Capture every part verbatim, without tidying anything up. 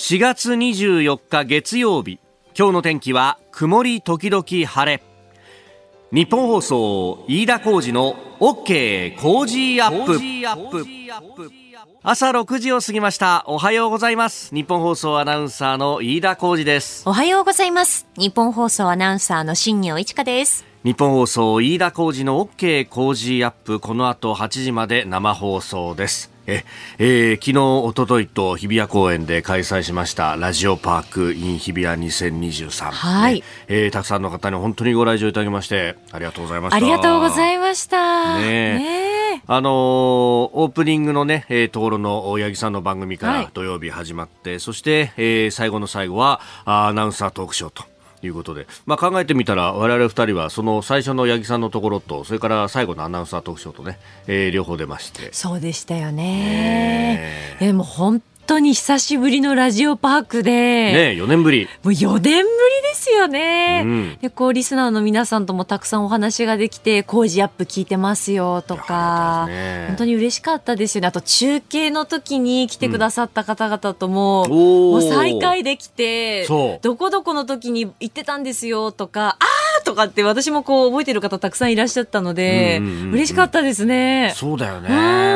しがつにじゅうよっか月曜日、今日の天気は曇り時々晴れ。日本放送飯田浩司の OK 工事アップ。朝ろくじを過ぎました。おはようございます。日本放送アナウンサーの飯田浩司です。 おはようございます。日本放送アナウンサーの新業一華です。 日本放送飯田浩司の OK 工事アップ、この後はちじまで生放送です。ええー、昨日おとといと日比谷公園で開催しましたラジオパーク in 日比谷にせんにじゅうさん、 はい、 ねえー、たくさんの方に本当にご来場いただきましてありがとうございました。 ありがとうございました。 ねねあのー、オープニングのね、えー、討論の八木さんの番組から土曜日始まって、はい、そして、えー、最後の最後はアナウンサートークショーということで、まあ、考えてみたら我々二人はその最初の八木さんのところとそれから最後のアナウンサートークショーとね、えー、両方出まして。 そうでしたよね。えー、もう本当に久しぶりのラジオパークで、 ね、よねんぶりもうよねんぶりですよね、 うん、 でこうリスナーの皆さんともたくさんお話ができて、工事アップ聞いてますよとか、ね、本当に嬉しかったですよね。あと中継の時に来てくださった方々とも、うん、もう再会できて、どこどこの時に行ってたんですよとか、あーとかって私もこう覚えてる方たくさんいらっしゃったので、うんうんうんうん、嬉しかったですね。 そうだよね、うん、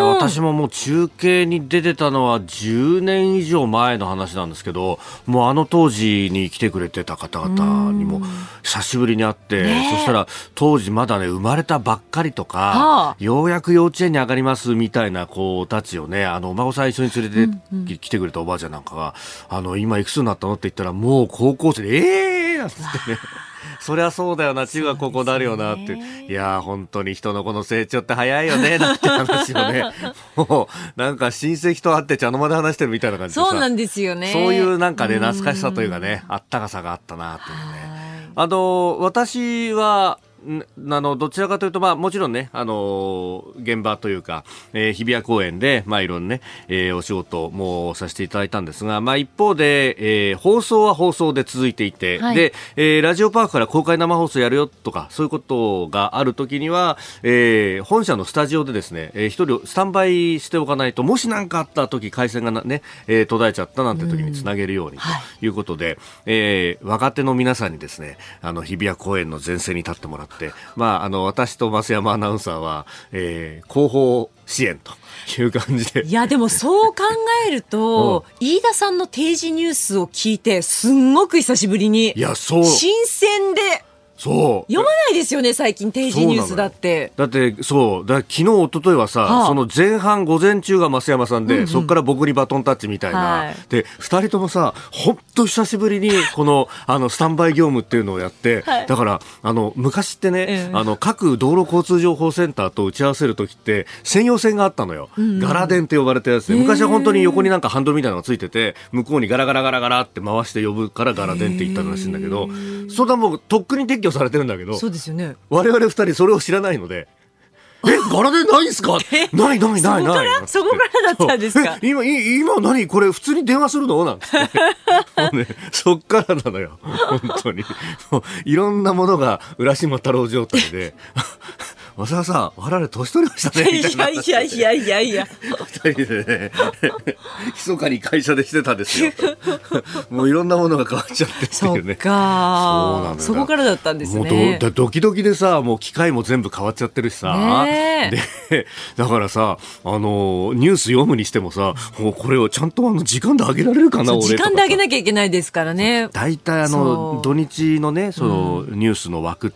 私ももう中継に出てたのはじゅうねん以上前の話なんですけど、もうあの当時に来てくれてた方々にも久しぶりに会って、ね、そしたら当時まだね生まれたばっかりとか、はあ、ようやく幼稚園に上がりますみたいな子たちをね、あのお孫さん一緒に連れて、うんうん、来てくれたおばあちゃんなんかが、あの今いくつになったのって言ったらもう高校生でえーなんつってねそりゃそうだよな、中学高校なるよなって、いや本当に人のこの成長って早いよねなんて話をねもうなんか親戚と会って茶の間で話してるみたいな感じでさ、 そうなんですよね。 そういうなんかね懐かしさというかね、あったかさがあったなっていうね。あの私はあのどちらかというと、まあ、もちろんね、あのー、現場というか、えー、日比谷公園で、まあ、いろんなね、えー、お仕事もさせていただいたんですが、まあ、一方で、えー、放送は放送で続いていて、はい、で、えー、ラジオパークから公開生放送やるよとかそういうことがあるときには、えー、本社のスタジオでですね、えー、一人スタンバイしておかないと、もし何かあったとき回線がね、えー、途絶えちゃったなんてときにつなげるようにということで、はい、えー、若手の皆さんにですね、あの日比谷公園の前線に立ってもらって、まあ、あの私と増山アナウンサーは、えー、広報支援という感じで、 いやでもそう考えると、うん、飯田さんの定時ニュースを聞いてすんごく久しぶりに、 いやそう新鮮で、そう読まないですよね最近定時ニュースだって。 だってそうだ、昨日一昨日はさ、はあ、その前半午前中が増山さんで、うんうん、そこから僕にバトンタッチみたいな、はい、でふたりともさ本当久しぶりにこのあのスタンバイ業務っていうのをやって、はい、だからあの昔ってね、うん、あの各道路交通情報センターと打ち合わせる時って専用線があったのよ、うんうん、ガラ電って呼ばれたやつで、昔は本当に横になんかハンドルみたいなのがついてて、向こうにガラガラガラガラって回して呼ぶからガラ電って言ったらしいんだけど、そんなもうとっくに撤去されてるんだけど、 そうですよね、 我々二人それを知らないのでえ、ガラ電ないんすかないないないない、 そこからだったんですか。 今、今何これ普通に電話するのなんて、ね、そっからなのよ本当にもういろんなものが浦島太郎状態で増田さん我々年取りましたねみたいな、 いやいやいやいやいや二人でね密かに会社でしてたんですよもういろんなものが変わっちゃってっていうね。 そっか、そうなのよ、そこからだったんですね。 もう ド, ドキドキでさ、もう機械も全部変わっちゃってるしさ、ね、でだからさ、あのニュース読むにしてもさ、もうこれをちゃんとあの時間で上げられるかな、俺時間で上げなきゃいけないですからね。 だいたいあの土日のね、そのニュースの枠って、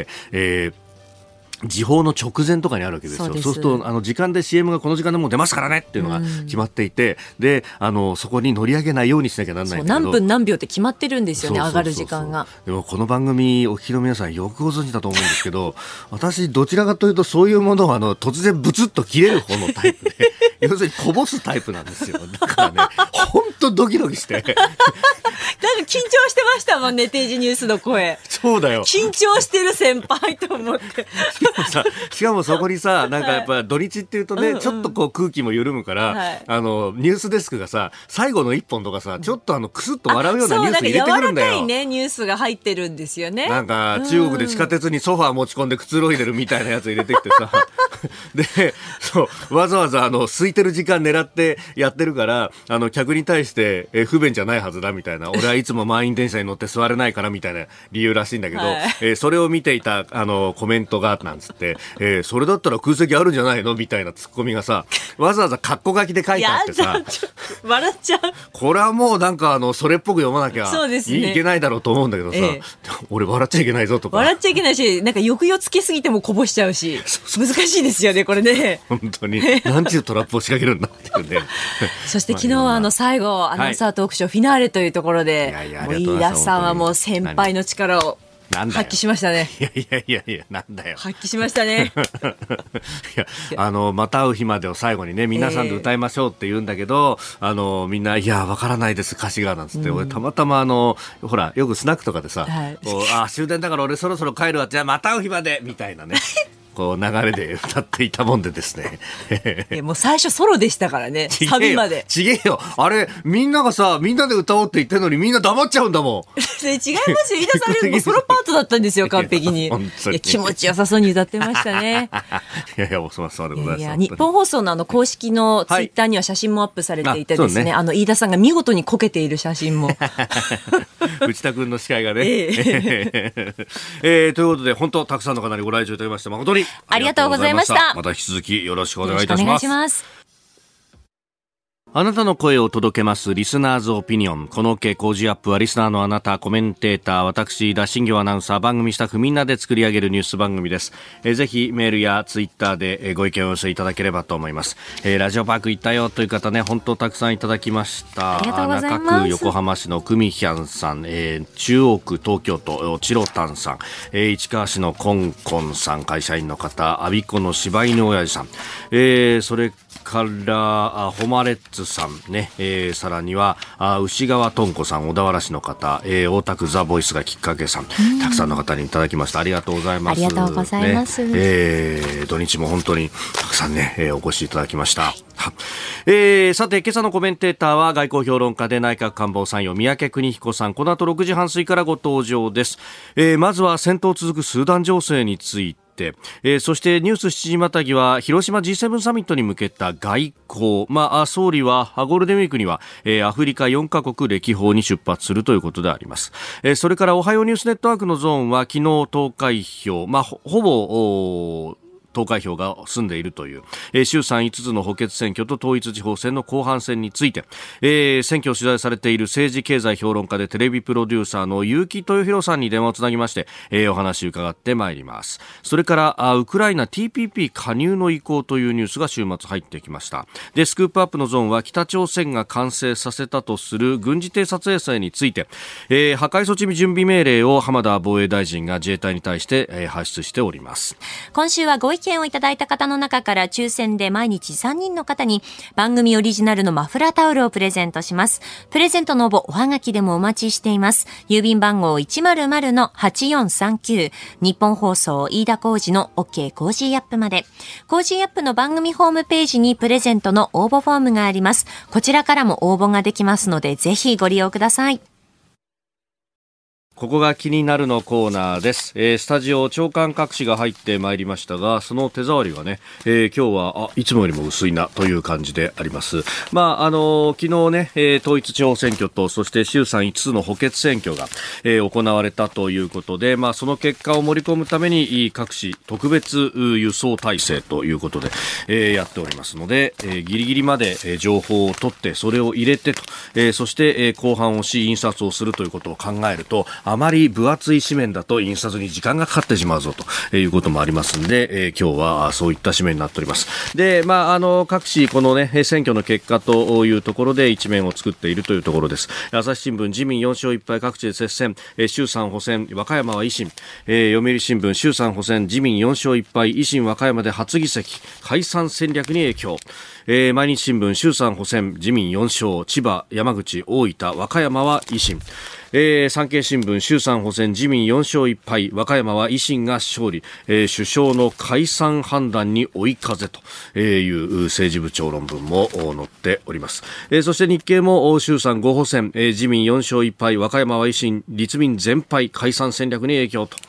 うん、えー時報の直前とかにあるわけですよ。そうです。そうするとあの時間で シーエム がこの時間でもう出ますからねっていうのが決まっていて、うん、であのそこに乗り上げないようにしなきゃならないんだけど、 何分何秒って決まってるんですよね。そうそうそうそう、上がる時間が。 でもこの番組お聞きの皆さんよくご存知だと思うんですけど私どちらかというとそういうものをあの突然ブツッと切れる方のタイプで要するにこぼすタイプなんですよ。だからね本当ドキドキしてなんか緊張してましたもんね、定時ニュースの声。 そうだよ、 緊張してる先輩と思ってしかもさ、しかもそこにさ、なんかやっぱ土日っていうとね、はい、ちょっとこう空気も緩むから、はい、あのニュースデスクがさ最後の一本とかさ、ちょっとあのクスッと笑うようなニュース入れてくるんだよ。そう、なんか柔らかいねニュースが入ってるんですよね。 なんか中国で地下鉄にソファー持ち込んでくつろいでるみたいなやつ入れてきてさでそうわざわざあの空いてる時間狙ってやってるからあの客に対してえ不便じゃないはずだみたいな、俺はいつも満員電車に乗って座れないからみたいな理由らしいんだけど、はい、えー、それを見ていたあのコメントがなんつって、えー、それだったら空席あるんじゃないのみたいなツッコミがさ、わざわざカッコ書きで書いてあってさ、 笑っちゃう。 これはもうなんかあのそれっぽく読まなきゃそうですね、 いけないだろうと思うんだけどさ、ええ、俺笑っちゃいけないぞとか、 笑っちゃいけないし、なんか抑揚つけすぎてもこぼしちゃうし難しいですよねこれね。 本当に何ちゅうトラップを仕掛けるんだっていうねそして昨日はあの最後アナウンサートークショーフィナーレというところで、はい、もう飯田さんはもう先輩の力を発揮しましたね。 いやいやいやいや、なんだよ。 発揮しましたね。 いや、あの、また会う日までを最後にね、皆さんで歌いましょうって言うんだけど、えー、あの、みんな、いや、わからないです、歌詞が、なんつって、うん、俺、たまたま、あの、ほら、よくスナックとかでさ、はい、こうあ、終電だから俺そろそろ帰るわ、じゃあまた会う日まで、みたいなね。こう流れで歌っていたもんでですねいやもう最初ソロでしたからね、サビまで。 ちげえよ、あれみんながさ、みんなで歌おうって言ってるのにみんな黙っちゃうんだもん。 違いますよ、飯田さんもソロパートだったんですよ、完璧に。いや、いや気持ちよさそうに歌ってましたね。 いやいや、もうそうそうでございます。いやいや、 日本放送のあの公式のツイッターには写真もアップされていてですね、はい、あ, ねあの飯田さんが見事にこけている写真も内田君の司会がね、えーえー、ということで本当たくさんの方にご来場いただきまして誠にありがとうございました。 また引き続きよろしくお願いいたします。あなたの声を届けますリスナーズオピニオン。この OK 工事アップはリスナーのあなた、コメンテーター、私田新行アナウンサー、番組スタッフみんなで作り上げるニュース番組です。えー、ぜひメールやツイッターで、えー、ご意見をお寄せいただければと思います。えー、ラジオパーク行ったよという方ね、本当たくさんいただきました。 ありがとうございます。 中区横浜市のクミヒャンさん、えー、中央区東京都チロタンさん、えー、市川市のコンコンさん、会社員の方、我孫子の柴犬親父さん、えー、それからホマレッツさんね、えー、さらにはあ牛川とんこさん、小田原市の方、えー、大田区ザ・ボイスがきっかけさん、たくさんの方にいただきました。ありがとうございます。 ありがとうございます、ねえー、土日も本当にたくさんね、えー、お越しいただきました。えー、さて今朝のコメンテーターは外交評論家で内閣官房参与三宅邦彦さん、この後ろくじはん過ぎからご登場です。えー、まずは戦闘続くスーダン情勢についてえー、そしてニュースしちじまたぎは広島 ジーセブン サミットに向けた外交、まあ、総理はゴールデンウィークには、えー、アフリカよんカ国歴訪に出発するということであります。えー、それからおはようニュースネットワークのゾーンは昨日投開票、まあ、ほ, ほぼ投開票が済んでいるという、えー、衆参いつつの補欠選挙と統一地方選の後半戦について、えー、選挙を取材されている政治経済評論家でテレビプロデューサーの結城豊弘さんに電話をつなぎまして、えー、お話を伺ってまいります。それからあウクライナ ティーピーピー 加入の意向というニュースが週末入ってきました。でスクープアップのゾーンは北朝鮮が完成させたとする軍事偵察衛星について、えー、破壊措置準備命令を浜田防衛大臣が自衛隊に対して、えー、発出しております。 今週はご意見をいただいた方の中から抽選で毎日さんにんの方に番組オリジナルのマフラータオルをプレゼントします。プレゼントの応募おはがきでもお待ちしています。郵便番号 いちまるまるのはちよんさんきゅう 日本放送飯田浩司の OK コージーアップまで。コージーアップの番組ホームページにプレゼントの応募フォームがあります。こちらからも応募ができますのでぜひご利用ください。 ここが気になるのコーナーです。えー、スタジオ長官各紙が入ってまいりましたが、その手触りがね、えー、今日はあいつもよりも薄いなという感じであります。まああのー、昨日ね、えー、統一地方選挙とそして衆参いつつの補欠選挙が、えー、行われたということで、まあその結果を盛り込むために各紙特別輸送体制ということで、えー、やっておりますので、えー、ギリギリまで情報を取ってそれを入れてと、えー、そして、えー、後半をし印刷をするということを考えると、あまり分厚い紙面だと印刷に時間がかかってしまうぞということもありますので、えー、今日はそういった紙面になっております。で、まあ、あの各紙この、ね、選挙の結果というところで一面を作っているというところです。朝日新聞自民よん勝いっ敗各地で接戦、えー、衆参補選和歌山は維新、えー、読売新聞衆参補選自民よん勝いっ敗維新和歌山で初議席解散戦略に影響、えー、毎日新聞衆参補選自民よん勝千葉山口大分和歌山は維新、えー、産経新聞衆参補選自民よん勝いっ敗和歌山は維新が勝利、えー、首相の解散判断に追い風という政治部長論文も載っております。えー、そして日経も衆参ご補選、えー、自民よん勝いっ敗和歌山は維新立民全敗解散戦略に影響と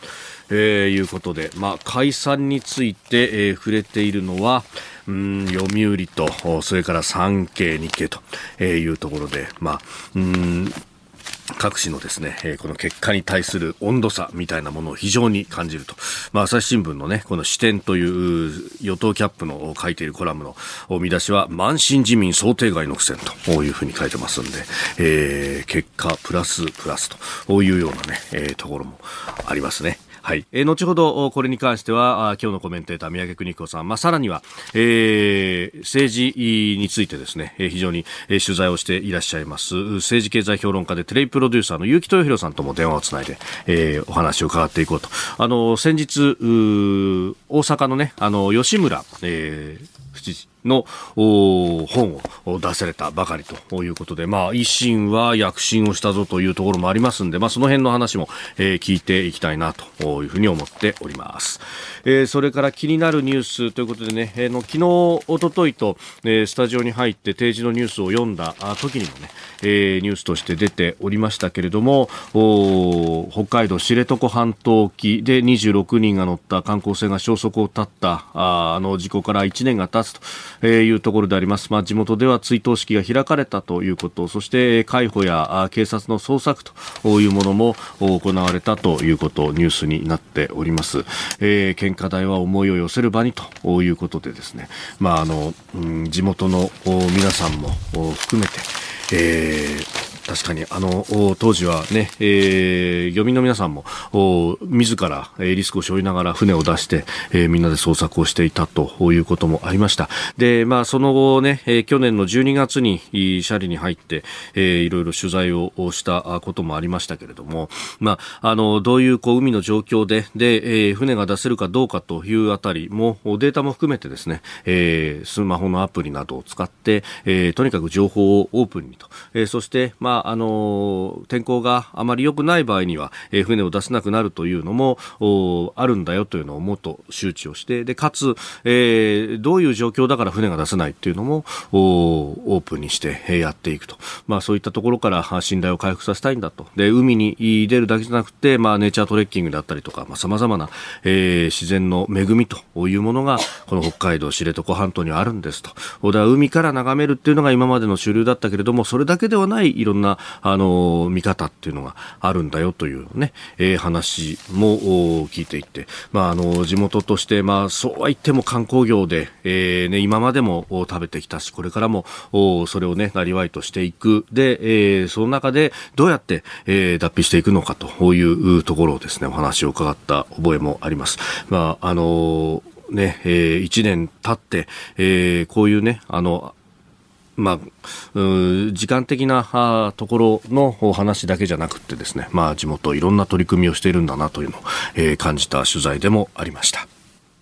えー、いうことで、まあ、解散について、えー、触れているのはうん、読売とそれから産経日経というところで、まあ、うん各紙のですね、えー、この結果に対する温度差みたいなものを非常に感じると。まあ、朝日新聞のね、この視点という与党キャップの書いているコラムの見出しは、慢心自民想定外の苦戦というふうに書いてますんで、えー、結果プラスプラスというようなね、えー、ところもありますね。はい、えー、後ほどこれに関しては今日のコメンテーター三宅邦彦さん、まあ、さらには、えー、政治についてですね、えー、非常に、えー、取材をしていらっしゃいます政治経済評論家でテレビプロデューサーの結城豊弘さんとも電話をつないで、えー、お話を伺っていこうと。あの先日大阪のね、あの吉村、えー府知事の本を出されたばかりということで、まあ、維新は躍進をしたぞというところもありますんで、まあ、その辺の話も、えー、聞いていきたいなというふうに思っております。えー、それから気になるニュースということでね、えー、の昨日、おとといと、えー、スタジオに入って定時のニュースを読んだ時にもね、えー、ニュースとして出ておりましたけれども、北海道知床半島沖でにじゅうろくにんが乗った観光船が消息を絶ったあ、あの事故からいちねんが経つというところであります。まあ、地元では追悼式が開かれたということ、そして海保や警察の捜索というものも行われたということ、ニュースになっております。えー、献花台は思いを寄せる場にということでですね、まああのうん、地元の皆さんも含めて、えー確かにあの当時はね、えー、漁民の皆さんも自らリスクを背負いながら船を出して、えー、みんなで捜索をしていたということもありました。で、まあ、その後ね、えー、去年のじゅうにがつに斜里に入って、えー、いろいろ取材をしたこともありましたけれども、まあ、あのどういうこう海の状況でで、えー、船が出せるかどうかというあたりもデータも含めてですね、えー、スマホのアプリなどを使って、えー、とにかく情報をオープンにと、えー、そしてまああの天候があまり良くない場合には、えー、船を出せなくなるというのもあるんだよというのをもっと周知をして、でかつ、えー、どういう状況だから船が出せないというのもオープンにしてやっていくと、まあ、そういったところから信頼を回復させたいんだと。で海に出るだけじゃなくて、まあ、ネイチャートレッキングだったりとかさまざ、まな、えー、自然の恵みというものがこの北海道知床半島にはあるんですと。だから海から眺めるっていうのが今までの主流だったけれども、それだけではないいろんなあの見方っていうのがあるんだよというね、えー、話も聞いていって、まあ、あの地元として、まあ、そうは言っても観光業で、えーね、今までも食べてきたし、これからもそれをねなりわいとしていくで、えー、その中でどうやって、えー、脱皮していくのかというところをですねお話を伺った覚えもあります。まああのねえー、いちねん経って、えー、こういうねあのまあ、時間的なところの話だけじゃなくてですね、まあ、地元いろんな取り組みをしているんだなというのを、えー、感じた取材でもありました。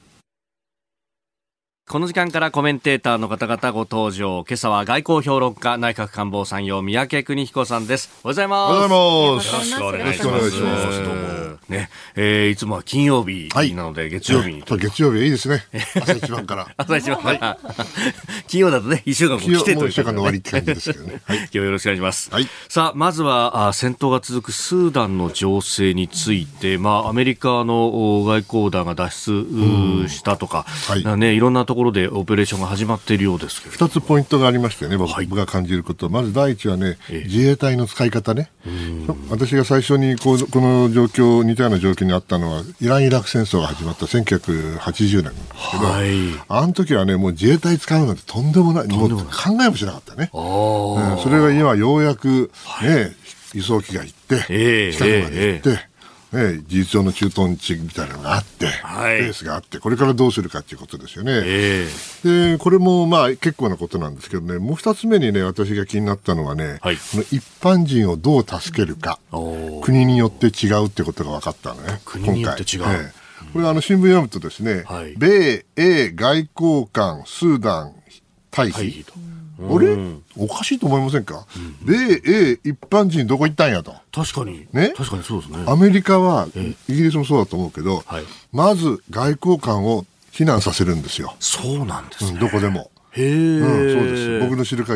この時間からコメンテーターの方々ご登場。今朝は外交評論家内閣官房参与三宅邦彦さんです。おはようございます。 おはようございます。 よろしくお願いします。どうもね、えー、いつもは金曜日なので、はい、月曜日に、 えー、月曜日いいですね。朝一番から朝一番から、はい、金曜だとねいっしゅうかんも来てという、ね、 もういっしゅうかんの終わりって感じですけどね、はい、 今日よろしくお願いします、 はい、 さあまずはあ戦闘が続くスーダンの情勢について、まあ、アメリカの外交団が脱出したとか、はいね、いろんなところでオペレーションが始まっているようですけど、 ふたつポイントがありましてね、僕が感じること、はい、まず第一はね、ええ、自衛隊の使い方ね。私が最初にこうこの状況似たような状況にあったのはイラン・イラク戦争が始まったせんきゅうひゃくはちじゅうねんですけど、はい、あの時はねもう自衛隊使うなんてとんでもない、もう考えもしなかったね、うん、それが今ようやく、ねはい、輸送機が行って、えー、近くまで行って、えーえーね、事実上の駐屯地みたいなのがあって、はい、ベースがあって、これからどうするかということですよね、えー、でこれもまあ結構なことなんですけどね、もう二つ目にね私が気になったのはね、はい、この一般人をどう助けるか、国によって違うってことが分かったのね。 国によって違う、 今回、ね、これあの新聞読むとですね、はい、米英外交官スーダン退避、あれおかしいと思いませんか、うん、米英一般人どこ行ったんやと。 確かに、 ね、 確かにそうですね。 アメリカは、ええ、イギリスもそうだと思うけど、はい、まず外交官を避難させるんですよ。 そうなんですね、 うん、どこでも。 へー、 うん、そうです。僕の知る限り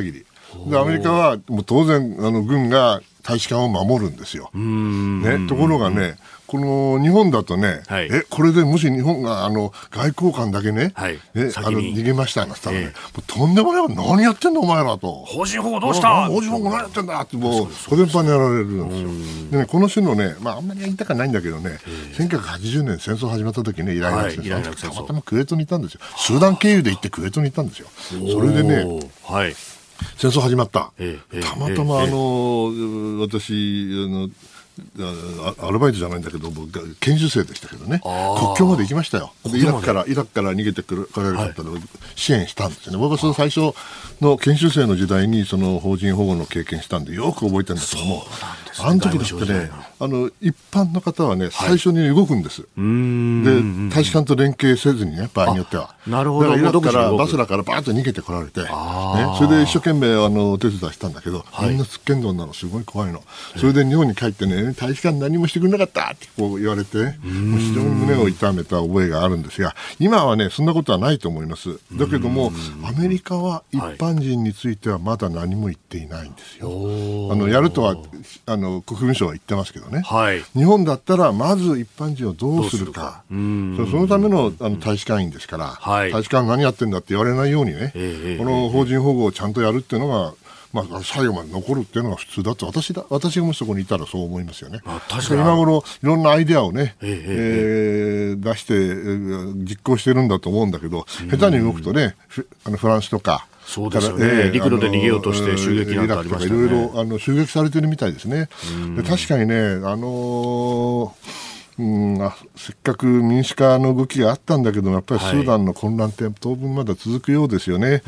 でアメリカはもう当然あの軍が大使館を守るんですよ。ね、ところがね、この日本だとね、はい、えこれでもし日本があの外交官だけね、はい、ねあの逃げましたなんて言ったらね、えー、もうとんでもない、何やってんのお前らと、 邦人保護どうした邦人保護何やってんだってもう小電波にやられるんですよ。でね、この種のね、まあ、あんまり言いたくないんだけどね、えー、せんきゅうひゃくはちじゅうねん戦争始まった時ね、イラク戦争、はい、たまたまクウェートにいたんですよ。スーダン経由で行ってクウェートに行ったんですよ。それでね、はい、戦争始まった、えー、たまたまあの、えー、私あのアルバイトじゃないんだけど研修生でしたけどね、国境まで行きましたよ。イラクからイラクから逃げてくるからかったのを支援したんですよね。僕はその最初の研修生の時代にその邦人保護の経験したんでよく覚えてるんですけども、あの時だってね、あの一般の方はね最初に動くんです、はい、で大使館と連携せずにね、場合によっては。なるほど。だからイラクからバスラからバーッと逃げてこられて、ね、それで一生懸命あのお手伝いしたんだけど、はい、みんなつっけんどんなのすごい怖いの。それで日本に帰ってね、大使館何もしてくれなかったってこう言われて、もう非常に胸を痛めた覚えがあるんですが、今はねそんなことはないと思います。だけどもアメリカは一般人についてはまだ何も言っていないんですよ。はい、あのやるとはあの国務省は言ってますけどね、はい、日本だったらまず一般人をどうするか、そのための、あの大使館員ですから、はい、大使館何やってんだって言われないようにね、えー、この邦人保護をちゃんとやるっていうのが、まあ、最後まで残るっていうのが普通だと私だ私がもしそこにいたらそう思いますよね。あ、確かに今頃いろんなアイデアをね、えーえー、出して、えー、実行してるんだと思うんだけど、下手に動くとね、あのフランスとかそうですよね、えー、陸路で逃げようとして襲撃なんてありましたね。 いろいろあの襲撃されてるみたいですね。で確かにね、あのーうん、あせっかく民主化の動きがあったんだけどやっぱりスーダンの混乱って当分まだ続くようですよね。はい、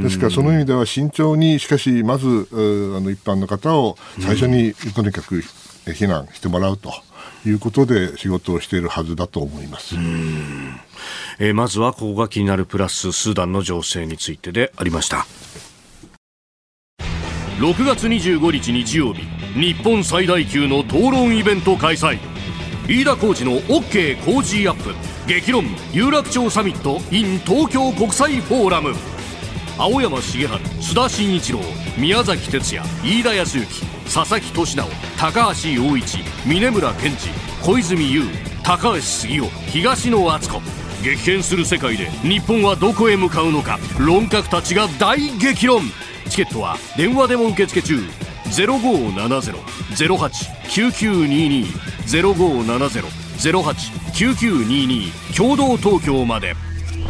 ですからその意味では慎重にしかしまずあの一般の方を最初にとにかく避難してもらうということで仕事をしているはずだと思います。 うん、えー、まずはここが気になるプラススーダンの情勢についてでありました。ろくがつにじゅうごにち日曜日、日本最大級の討論イベント開催。飯田浩司の OK 工事アップ激論有楽町サミット in 東京国際フォーラム。青山茂春、須田慎一郎、宮崎哲也、飯田康之、佐々木俊直、高橋陽一、峯村健二、小泉悠、高橋杉雄、東野篤子。激変する世界で日本はどこへ向かうのか、論客たちが大激論。チケットは電話でも受付中。ゼロごーななゼロ ゼロはち きゅうきゅうにに ゼロごーななゼロ ゼロはち きゅうきゅうにに共同東京まで。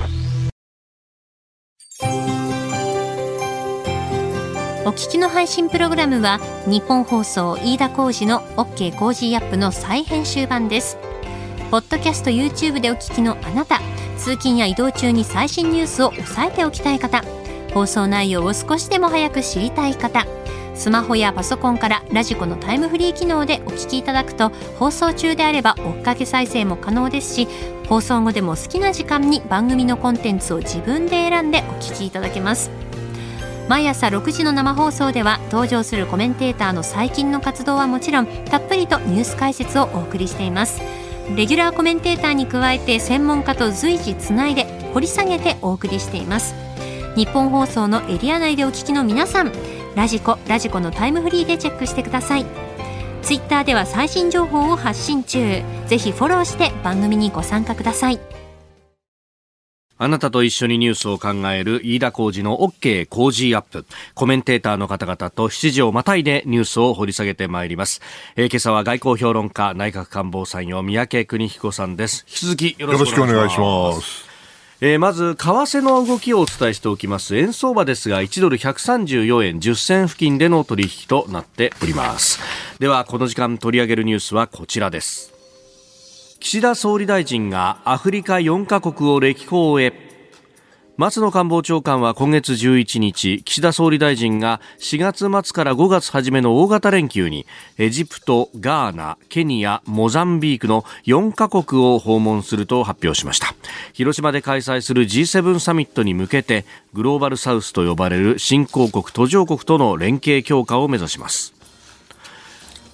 お聞きの配信プログラムは日本放送飯田浩司の OK コージーアップの再編集版です。ポッドキャスト YouTube でお聞きのあなた、通勤や移動中に最新ニュースを押さえておきたい方、放送内容を少しでも早く知りたい方、スマホやパソコンからラジコのタイムフリー機能でお聞きいただくと、放送中であれば追っかけ再生も可能ですし、放送後でも好きな時間に番組のコンテンツを自分で選んでお聞きいただけます。毎朝ろくじの生放送では登場するコメンテーターの最近の活動はもちろん、たっぷりとニュース解説をお送りしています。レギュラーコメンテーターに加えて専門家と随時つないで掘り下げてお送りしています。日本放送のエリア内でお聞きの皆さん、ラジコ、ラジコのタイムフリーでチェックしてください。ツイッターでは最新情報を発信中。ぜひフォローして番組にご参加ください。 あなたと一緒にニュースを考える飯田浩司の OK 工事アップ。コメンテーターの方々としちじをまたいでニュースを掘り下げてまいります。えー、今朝は外交評論家、内閣官房参与、三宅邦彦さんです。引き続きよろしくお願いします。えー、まず為替の動きをお伝えしておきます。円相場ですがいちドルひゃくさんじゅうよえんじゅっせん付近での取引となっております。ではこの時間取り上げるニュースはこちらです。岸田総理大臣がアフリカよんカ国を歴訪へ。松野官房長官は今月じゅういちにち、岸田総理大臣がしがつ末からごがつ初めの大型連休にエジプト、ガーナ、ケニア、モザンビークのよんカ国を訪問すると発表しました。広島で開催する ジーセブン サミットに向けてグローバルサウスと呼ばれる新興国途上国との連携強化を目指します。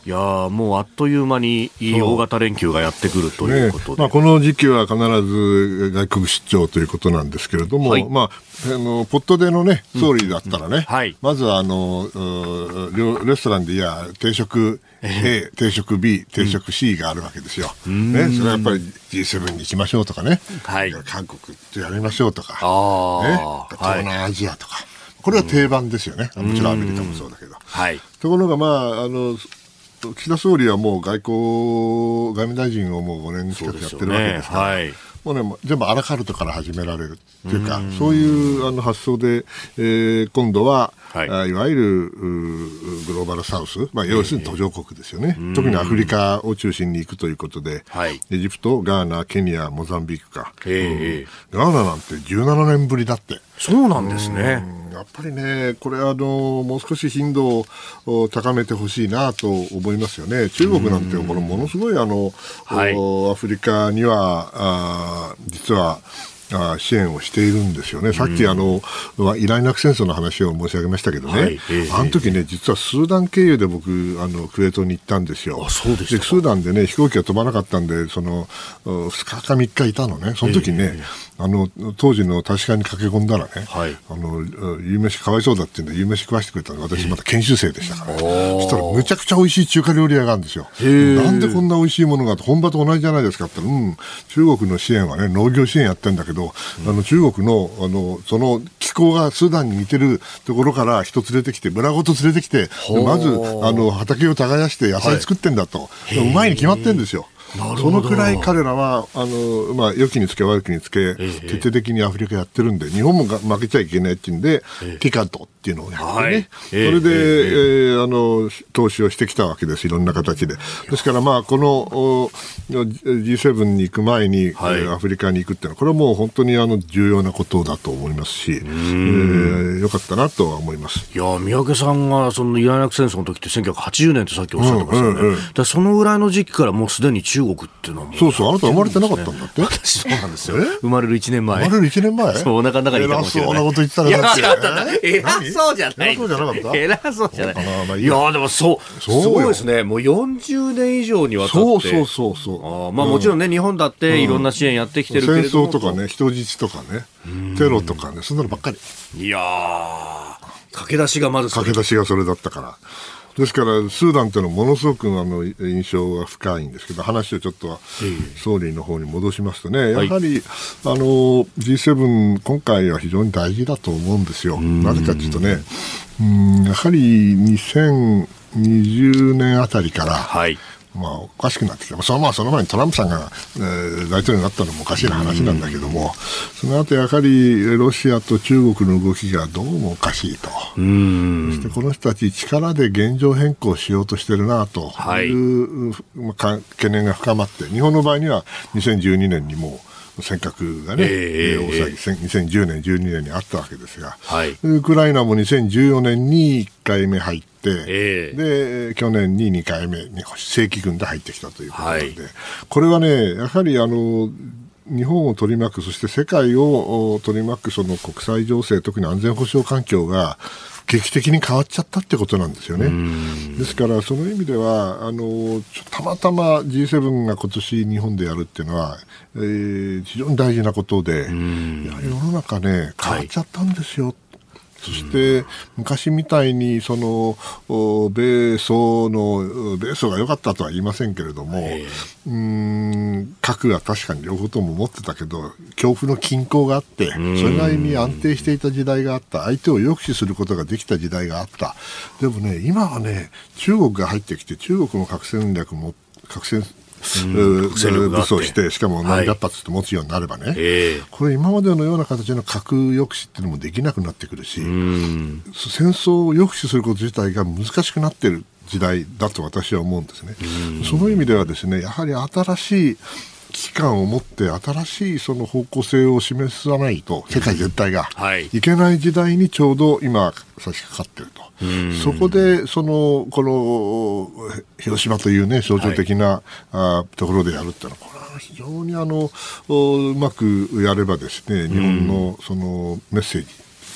いやもうあっという間に大型連休がやってくるということで、 ねまあ、この時期は必ず外国出張ということなんですけれども、はい、まあ、あのポットでの、ね、総理だったらね、うんうんはい、まずはあのレストランでいや定食 A、定食 B、定食 C があるわけですよ、うんね、それはやっぱり ジーセブン に行きましょうとかね、はい、韓国とやりましょうとか、ね、東南アジアとか、はい、これは定番ですよね、うん、もちろんアメリカもそうだけど、はい、ところがまああの岸田総理はもう外交外務大臣をもうごねん近くやってるわけですから、ねはい、もうね、全部アラカルトから始められるっていうか、うそういうあの発想で、えー、今度は、はい、あいわゆるグローバルサウス、まあ、要するに途上国ですよね、えー、特にアフリカを中心に行くということで、はい、エジプト、ガーナ、ケニア、モザンビークか、えーうん、ガーナなんてじゅうななねんぶりだって。 そうなんですね。 やっぱりね、これはあのもう少し頻度を高めてほしいなと思いますよね。中国なんてこのものすごいあの、はい、アフリカにはあ実はあ支援をしているんですよね。さっきあの、うん、イラン・イラク戦争の話を申し上げましたけどね、はいえー、あの時ね実はスーダン経由で僕あのクウェートに行ったんですよ。あそうでしたか。でスーダンでね飛行機が飛ばなかったんでそのふつかかみっかいたのね。その時ね、えー、あの当時の大使館に駆け込んだらね、はい、あの夕飯かわいそうだって言うんで夕飯食わしてくれたの。私また研修生でしたから、ね、そしたらむちゃくちゃ美味しい中華料理屋があるんですよ。なんでこんな美味しいものがあって本場と同じじゃないですかって言ったら、うん、中国の支援はね農業支援やってるんだけどあの中国 の, あのその気候がスーダンに似てるところから人連れてきて村ごと連れてきてまずあの畑を耕して野菜作ってんだと、はい、うまいに決まってんですよ。そのくらい彼らはあの、まあ、良きにつけ悪きにつけ、えー、徹底的にアフリカやってるんで日本もが負けちゃいけないっていうんで、えー、ティカットっていうのをやってね、はいえー、それで、えーえー、あの投資をしてきたわけです。いろんな形で。ですから、まあ、この ジーセブン に行く前に、はい、アフリカに行くっていうのはこれはもう本当にあの重要なことだと思いますし、えー、よかったなとは思います。 いや三宅さんがそのイラン・イラク戦争の時ってせんきゅうひゃくはちじゅうねんってさっきおっしゃってましたよね、うんうんうん、だそのぐらいの時期からもうすでに中国っていうのはもうそうそうあなた生まれてなかったんだって。 私そうなんですよ。生まれるいちねんまえ。 生まれるいちねんまえそうお腹の中にいたかもしれない。 偉そうなこと言ってたらだって。偉そうじゃない。 偉そうじゃなかった。 偉そうじゃない。まあ、いやでもそうすごいですね。もうよんじゅうねん以上にわたって。 そうそうそうそう。 あまあもちろんね、うん、日本だっていろんな支援やってきてるけれども、 戦争とかね人質とかねテロとかねそんなのばっかり。 いやー駆け出しがまず駆け出しがそれだったから。ですからスーダンというのはものすごくあの印象が深いんですけど話をちょっと総理の方に戻しますとね、やはり、はい、あの ジーセブン 今回は非常に大事だと思うんですよ。なぜかというとねうんやはりにせんにじゅうねんあたりから、はいまあ、おかしくなってきた。そのまあその前にトランプさんが、えー、大統領になったのもおかしいな話なんだけども、その後やはりロシアと中国の動きがどうもおかしいと。うんそしてこの人たち力で現状変更しようとしてるなという、はいまあ、懸念が深まって日本の場合にはにせんじゅうにねんにもう尖閣がね、えー、大騒ぎにせんじゅうねんじゅうにねんにあったわけですが、はい、ウクライナもにせんじゅうよねんにいっかいめ入ってえー、で去年ににかいめに正規軍で入ってきたということなので、はい、これはねやはりあの日本を取り巻くそして世界を取り巻くその国際情勢特に安全保障環境が劇的に変わっちゃったってことなんですよね。ですからその意味ではあのたまたま ジーセブン が今年日本でやるっていうのは、えー、非常に大事なことでやはり世の中ね変わっちゃったんですよ、はいそして昔みたいにその米ソの米ソが良かったとは言いませんけれども、うーん核は確かに両方とも持ってたけど恐怖の均衡があってそれなりに安定していた時代があった相手を抑止することができた時代があった。でもね今はね中国が入ってきて中国の核戦略も核戦武装してしかも何百発って持つようになればね、はいえー、これ今までのような形の核抑止っていうのもできなくなってくるし戦争を抑止すること自体が難しくなっている時代だと私は思うんですね。その意味ではですねやはり新しい危機感を持って新しいその方向性を示さないと世界全体がいけない時代にちょうど今差し掛かっていると。そこでそのこの広島という、ね、象徴的な、はい、あところでやるっていうのはこれは非常にあのうまくやればですね日本のそのメッセージ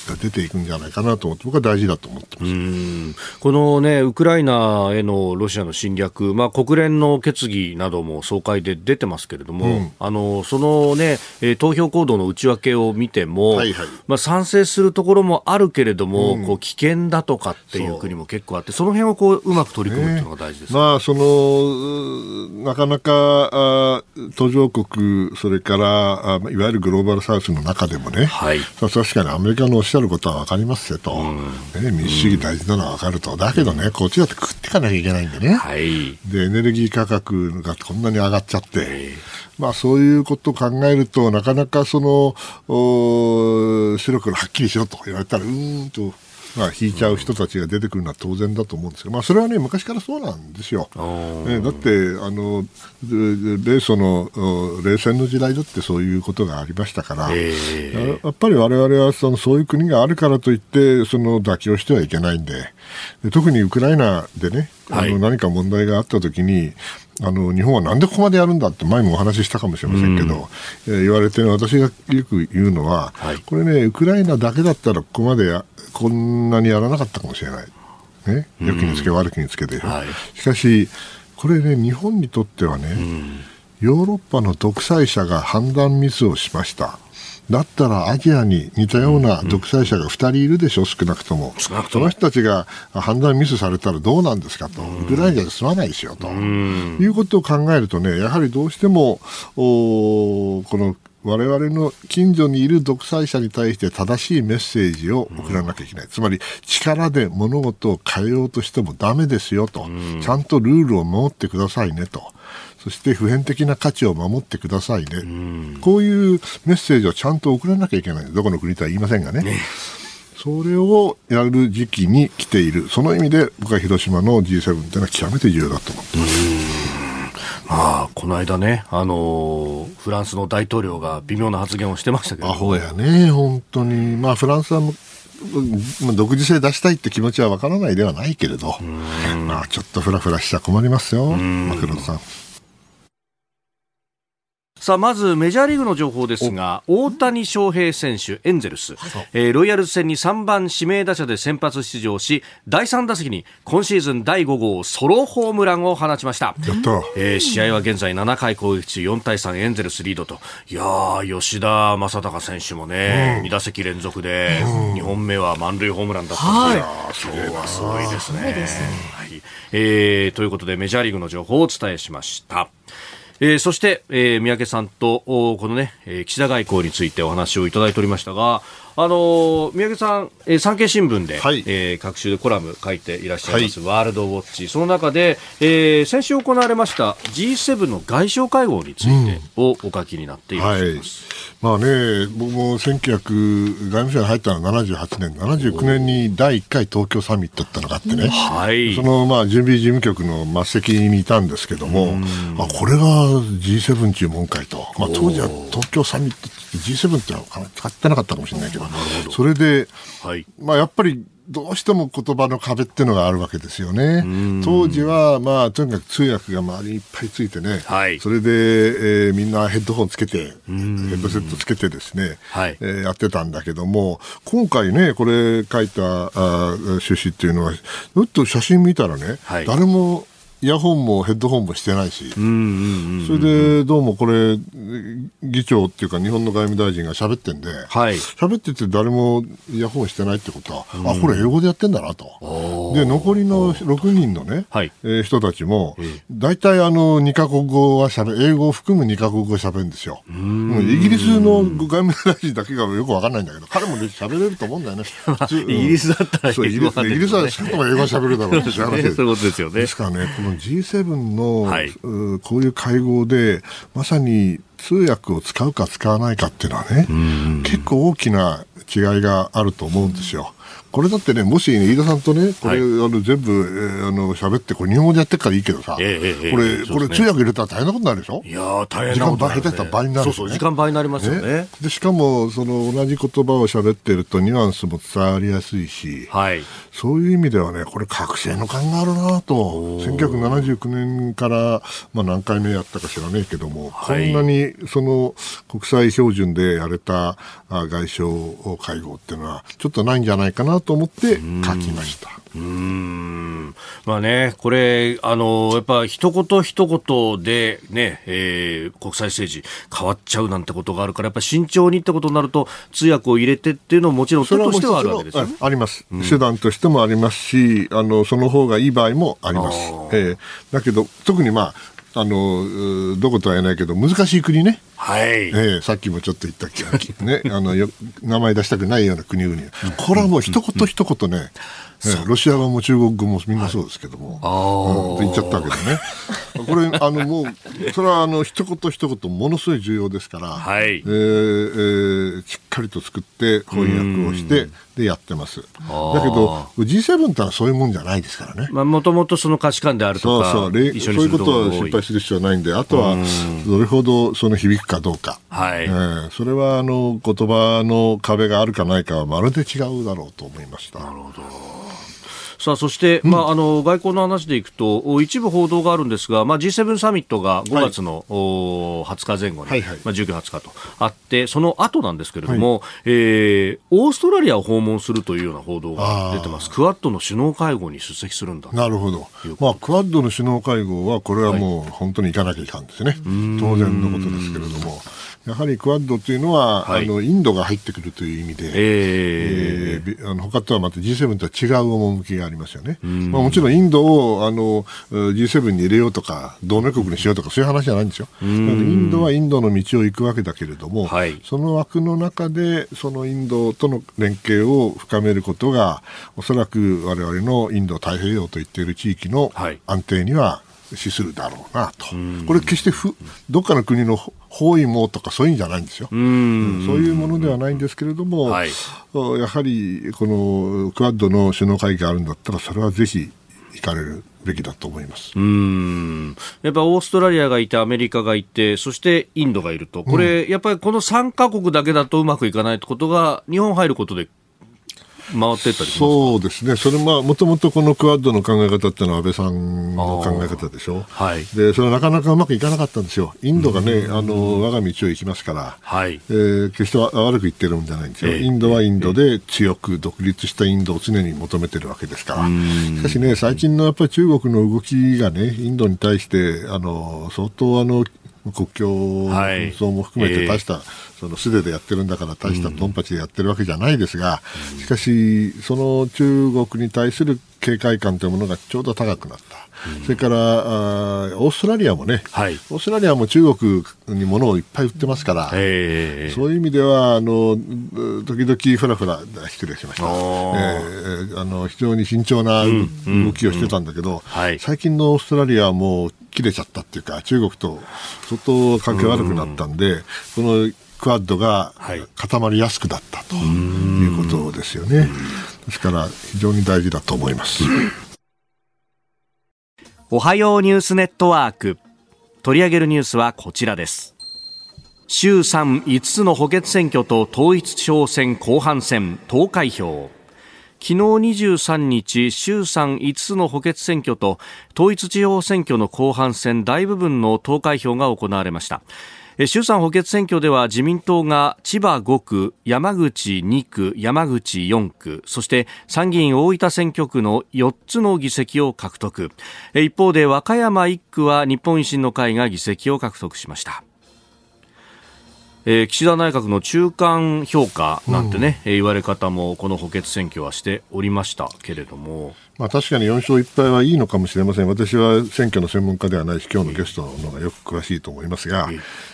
が出ていくんじゃないかなと思って、僕は大事だと思ってます。 うん、この、ね、ウクライナへのロシアの侵略、まあ、国連の決議なども総会で出てますけれども、うん、あのその、ね、投票行動の内訳を見ても、はいはい、まあ、賛成するところもあるけれども、うん、こう危険だとかっていう国も結構あって、その辺をこううまく取り組むというのが大事です、ね。 まあ、そのなかなかあ途上国、それからあいわゆるグローバルサウスの中でもね、はい、確かにアメリカのおっしゃることは分かりますよと、うんね、民主主義大事なのは分かると、だけどね、こっちだって食っていかなきゃいけないんでね、はい、でエネルギー価格がこんなに上がっちゃって、はい、まあ、そういうことを考えるとなかなかその白黒はっきりしろと言われたらうーんと、まあ、引いちゃう人たちが出てくるのは当然だと思うんですけど、まあ、それはね昔からそうなんですよ、ね、だってあの米ソの冷戦の時代だってそういうことがありましたから、えー、やっぱり我々はそのそういう国があるからといってその妥協してはいけないんで、で特にウクライナでね、あの何か問題があったときに、あの日本はなんでここまでやるんだって前もお話ししたかもしれませんけど、うん、えー、言われて、ね、私がよく言うのは、はい、これねウクライナだけだったらここまでやこんなにやらなかったかもしれない、ね、良きにつけ悪きにつけで、うん、はい、しかしこれね日本にとってはね、うん、ヨーロッパの独裁者が判断ミスをしました。だったらアジアに似たような独裁者がふたりいるでしょ、少なくとも。その人たちが判断ミスされたらどうなんですかと、ウクライナで済まないですよということを考えるとね、やはりどうしてもこの我々の近所にいる独裁者に対して正しいメッセージを送らなきゃいけない。つまり力で物事を変えようとしてもダメですよと、ちゃんとルールを守ってくださいねと、そして普遍的な価値を守ってくださいね、うん、こういうメッセージをちゃんと送らなきゃいけない。どこの国とは言いませんが ね, ねそれをやる時期に来ている。その意味で僕は広島の ジーセブン というのは極めて重要だと思ってます。 まあ、この間ね、あのー、フランスの大統領が微妙な発言をしてましたけど、 アホやね本当に。まあフランスは独自性出したいって気持ちはわからないではないけれど、まあ、ちょっとフラフラしちゃ困りますよ、マクロンさん。 さあまずメジャーリーグの情報ですが、大谷翔平選手エンゼルス、えー、ロイヤルズ戦にさんばん指名打者で先発出場し、だいさん打席に今シーズンだいご号ソロホームランを放ちました。 やった、 えー、試合は現在ななかい攻撃中よんたいさんエンゼルスリードと。いやー、吉田正尚選手もね、うん、に打席連続でにほんめは満塁ホームランだったんですよ、はい、今日はすごいですね、はい、えー、ということでメジャーリーグの情報をお伝えしました。えー、そして、えー、三宅さんとこのね、えー、岸田外交についてお話をいただいておりましたが、あのー、三宅さん、えー、産経新聞で、はい、えー、各週でコラム書いていらっしゃいます、はい、ワールドウォッチ。その中で、えー、先週行われました ジーセブン の外相会合についてをお書きになっていらっしゃいます、 うん、はい、まあね、僕もせんきゅうひゃく外務省に入ったのはななじゅうはちねん、ななじゅうきゅうねんにだいいっかい東京サミットってのがあってね、はい、そのまあ準備事務局の末席にいたんですけども、あ、これが ジーセブン 注文会と、まあ、当時は東京サミット ジーセブン ってのは使ってなかったかもしれないけど、それで、はい、まあ、やっぱりどうしても言葉の壁っていうのがあるわけですよね。当時は、まあ、とにかく通訳が周りにいっぱいついてね、はい、それで、えー、みんなヘッドホンつけて、ヘッドセットつけてですね、はい、えー、やってたんだけども、今回ね、これ書いたあ趣旨っていうのは、ちょっと写真見たらね、はい、誰もイヤホンもヘッドホンもしてないし、うんうんうんうん、それでどうもこれ議長っていうか日本の外務大臣が喋ってんで、はい、喋ってて誰もイヤホンしてないってことは、うん、あ、これ英語でやってんだなと。で残りのろくにんのね、はい、えー、人たちも大体あのにカ国語は喋る、英語を含むにカ国語を喋るんですよ。うんイギリスの外務大臣だけがよくわかんないんだけど、彼も喋れると思うんだよね。 普通、うん、イギリスだったら英語は、ね、イギリスは少なくとも英語は喋るだろうって話そういうことですよね。 ですからね、この ジーセブン の、はい、うこういう会合でまさに通訳を使うか使わないかっていうのはね、うん、結構大きな違いがあると思うんですよ。 これだってね、もし、ね、飯田さんとね、これ、はい、あの全部、えー、あの喋ってこれ日本語でやってるからいいけどさ、えー、これ、えー、これ、ね、通訳入れたら大変なことになるでしょ。 いやー大変なことになる、ね、 時間下手したら倍になる、ね、 そうそう時間倍になりますよね。 ねでしかもその同じ言葉を喋ってるとニュアンスも伝わりやすいし、はい、そういう意味ではねこれ覚醒の感があるなと。せんきゅうひゃくななじゅうきゅうねんから、まあ、何回目やったか知らねえけども、はい、こんなにその国際標準でやれた外相会合っていうのはちょっとないんじゃないかなと思って書きました。 うーんまあね、これあのやっぱ一言一言でね、えー、国際政治変わっちゃうなんてことがあるからやっぱ慎重にってことになると通訳を入れてっていうのももちろん手としてはあるわけですよね。 あります、うん、手段としてもありますし、あのその方がいい場合もあります。えー、だけど特にまああのどことは言えないけど難しい国ね、はいえー、さっきもちょっと言ったっけ、ね、あのよ名前出したくないような国々、これはもう一言一言ね、えー、ロシア語も中国語もみんなそうですけども、はいうん、って言っちゃったけどねこれあのもうそれはあの一言一言ものすごい重要ですから、はいえーえー、しっかりと作って翻訳をしてでやってます。だけど ジーセブン ってのはそういうもんじゃないですからね。 もともとその価値観であるとかそうそう一緒にそういうことは心配する必要はないんで、あとはどれほどその響くかどうか、はいえー、それはあの言葉の壁があるかないかはまるで違うだろうと思いました。 なるほど。さあそして、うんまあ、あの外交の話でいくと一部報道があるんですが、まあ、ジーセブン サミットがごがつの、はい、はつか前後に、はいはいまあ、じゅうく、はつかとあってその後なんですけれども、はいえー、オーストラリアを訪問するというような報道が出てます。クアッドの首脳会合に出席するんだ。 なるほど、まあ、クアッドの首脳会合はこれはもう本当に行かなきゃいかんですね、はい、当然のことですけれどもやはりクアッドというのは、はい、あのインドが入ってくるという意味で、えーえー、あの他とはまた ジーセブン とは違う趣がありますよね。まあ、もちろんインドをあの ジーセブン に入れようとか同盟国にしようとかそういう話じゃないんですよ。インドはインドの道を行くわけだけれども、はい、その枠の中でそのインドとの連携を深めることがおそらく我々のインド太平洋と言っている地域の安定には資するだろうなと。これ決してふどっかの国の包囲網とかそういうんじゃないんですよ。うんそういうものではないんですけれども、はい、やはりこのクアッドの首脳会議があるんだったらそれはぜひ行かれるべきだと思います。 うーんやっぱオーストラリアがいてアメリカがいてそしてインドがいるとこれ、うん、やっぱりこのさんカ国だけだとうまくいかないってことが日本入ることで回ってったりしますか。 そうですね。それはもともとこのクアッドの考え方っていうのは安倍さんの考え方でしょ。はい。でそれはなかなかうまくいかなかったんですよ。インドがねあの我が道を行きますから、はいえー、決して悪く言ってるんじゃないんですよ。えー、インドはインドで強く独立したインドを常に求めてるわけですから。しかしね最近のやっぱり中国の動きがねインドに対してあの相当あの国境紛争も含めて大した、はいえーその素手でやってるんだから大したドンパチでやってるわけじゃないですが、うん、しかしその中国に対する警戒感というものがちょうど高くなった、うん、それからあオーストラリアもね、はい、オーストラリアも中国に物をいっぱい売ってますから、えー、そういう意味ではあの時々フラフラ失礼しました、えー、あの非常に慎重な動きをしてたんだけど、うんうんはい、最近のオーストラリアはもう切れちゃったっていうか中国と相当関係悪くなったんで、うん、このクアッドが固まりやすくなったということですよね。ですから非常に大事だと思います。 おはようニュースネットワーク取り上げるニュースはこちらです。衆参いつつの補欠選挙と統一地方選後半戦投開票。昨日にじゅうさんにち衆参いつつの補欠選挙と統一地方選挙の後半戦大部分の投開票が行われました。衆参補欠選挙では自民党が千葉ごく、山口にく、山口よんく、そして参議院大分選挙区のよっつの議席を獲得。一方で和歌山いっくは日本維新の会が議席を獲得しました。えー、岸田内閣の中間評価なんてね、うん、言われ方もこの補欠選挙はしておりましたけれども、 まあ、確かによん勝いっ敗はいいのかもしれません。私は選挙の専門家ではないし今日のゲストの方がよく詳しいと思いますが、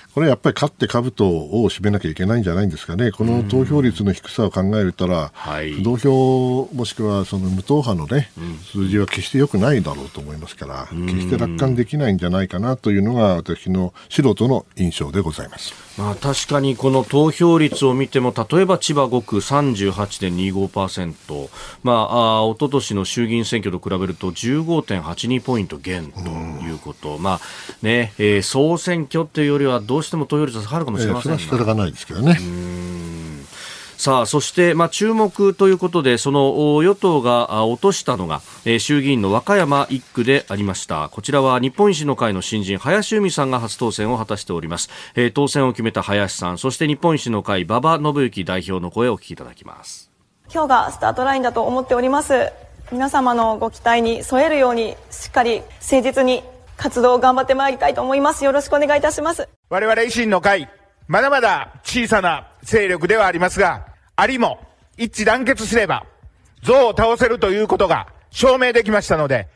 これやっぱり勝って兜を締めなきゃいけないんじゃないんですかね。この投票率の低さを考えたら、はい、不動票もしくはその無党派の、ね、うん、数字は決して良くないだろうと思いますから、決して楽観できないんじゃないかなというのが私の素人の印象でございます。 まあ、確かにこの投票率を見ても、例えば千葉ごく さんじゅうはちてんにじゅうごパーセント、まあ、あ一昨年の衆議院選挙と比べると じゅうごてんはちに ポイント減ということ、まあねえー、総選挙というよりはどうしても投票率が下がるかもしれませんが、 えー、それは仕方がないですけどね。 うーん、さあ、そして、まあ、注目ということで、その与党が落としたのが、えー、衆議院の和歌山いっくでありました。こちらは日本維新の会の新人林佑美さんが初当選を果たしております。えー、当選を決めた林さん、そして日本維新の会馬場伸幸代表の声をお聞きいただきます。 今日がスタートラインだと思っております。皆様のご期待に添えるように、しっかり誠実に活動を頑張ってまいりたいと思います。よろしくお願いいたします。 我々維新の会、まだまだ小さな勢力ではありますが、ありも一致団結すれば象を倒せるということが証明できましたので、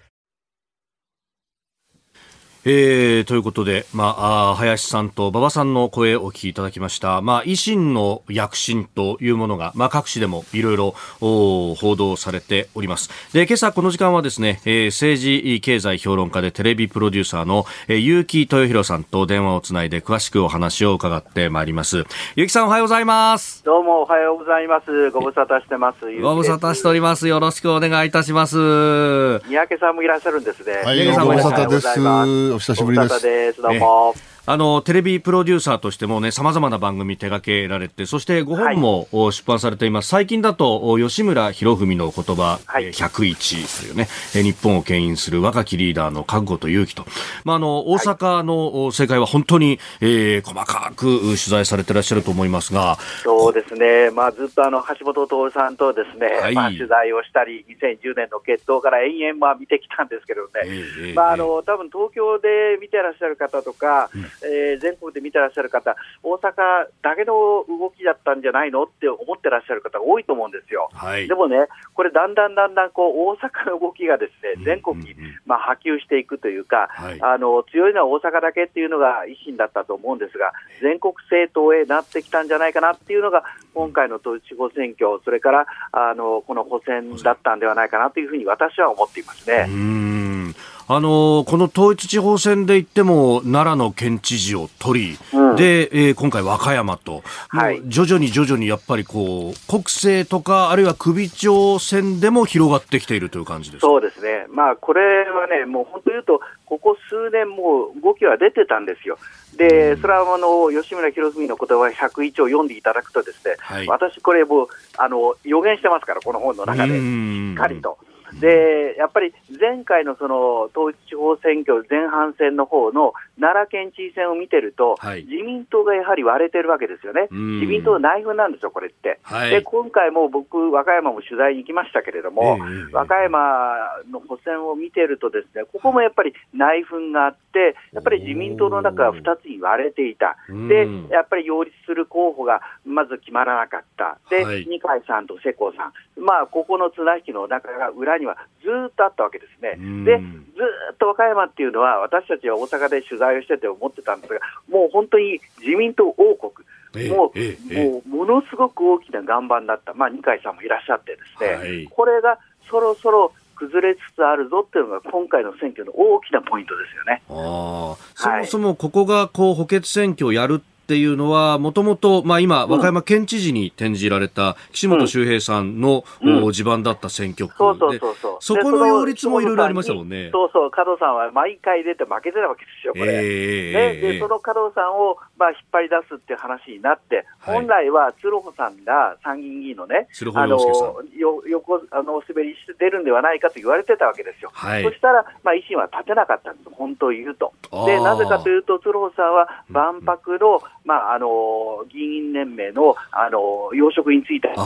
えー、ということで、まあ、林さんと馬場さんの声をお聞きいただきました。まあ、維新の躍進というものが、まあ、各紙でもいろいろ報道されております。で、今朝この時間はですね、えー、政治経済評論家でテレビプロデューサーの、えー、結城豊弘さんと電話をつないで詳しくお話を伺ってまいります。結城さん、おはようございます。 どうもおはようございます。ご無沙汰してます。 ご無沙汰しております。よろしくお願いいたします。 三宅さんもいらっしゃるんですね。 はい、三宅さんもいらっしゃるんです。お久しぶりです。 です。どうも。 あのテレビプロデューサーとしてもね、様々な番組手掛けられて、そしてご本も出版されています。最近だと吉村洋文の言葉、はい、ひゃくいちというね、日本を牽引する若きリーダーの覚悟と勇気と、まあ、あの大阪の世界は本当に、えー、細かく取材されていらっしゃると思いますが、 そうですね、まあ、ずっとあの橋本徹さんとですね、はい、まあ、取材をしたり、にせんじゅうねんの決闘から延々まあ見てきたんですけどね、えーまあ、あの多分東京で見てらっしゃる方とか、うん、えー、全国で見てらっしゃる方、大阪だけの動きだったんじゃないのって思ってらっしゃる方が多いと思うんですよ、はい、でもね、これだんだんだんだんこう大阪の動きがですね、全国にまあ波及していくというか、はい、あの強いのは大阪だけっていうのが維新だったと思うんですが、全国政党へなってきたんじゃないかなっていうのが今回の統一地方選挙、それからあのこの補選だったんではないかなというふうに私は思っていますね。 うーん、あのこの統一地方選で言っても奈良の県知事を取り、うん、で、えー、今回和歌山と、はい、徐々に徐々にやっぱりこう国政とかあるいは首長選でも広がってきているという感じですか。 そうですね、まあ、これはね、もう本当言うとここ数年も動きは出てたんですよ。で、それはあの吉村洋文の言葉ひゃくいちを読んでいただくとですね、はい、私これもうあの予言してますから、この本の中でしっかりと。でやっぱり前回のその統一地方選挙前半戦の方の奈良県知事選を見てると、はい、自民党がやはり割れてるわけですよね。自民党内紛なんですよ、これって、はい、で今回も僕和歌山も取材に行きましたけれども、えー、和歌山の補選を見てるとですね、ここもやっぱり内紛があって、やっぱり自民党の中がふたつに割れていた。でやっぱり擁立する候補がまず決まらなかった。で、はい、二階さんと世耕さん、まあここの綱引きの中が裏にはずっとあったわけですね。でずっと和歌山っていうのは私たちは大阪で取材をしてて思ってたんですが、もう本当に自民党王国、もう、ええ、もうものすごく大きな岩盤だった、まあ、二階さんもいらっしゃってですね、はい、これがそろそろ崩れつつあるぞっていうのが今回の選挙の大きなポイントですよね。 あ、そもそもここがこう補欠選挙をやるっていうのはもともと今和歌山県知事に転じられた岸本周平さんの、うん、地盤だった選挙区で、そこの擁立もいろいろありましたもんね。 そうそう、加藤さんは毎回出て負けてたわけですよ、これ、えーね、でその加藤さんを、まあ、引っ張り出すっていう話になって、はい、本来は鶴穂さんが参議院議員のね、あのよ横あの滑りして出るんではないかと言われてたわけですよ、はい、そしたら、まあ、維新は立てなかったんです、本当を言うと。でなぜかというと鶴穂さんは万博の、まあ、あの議員連盟の、あの要職について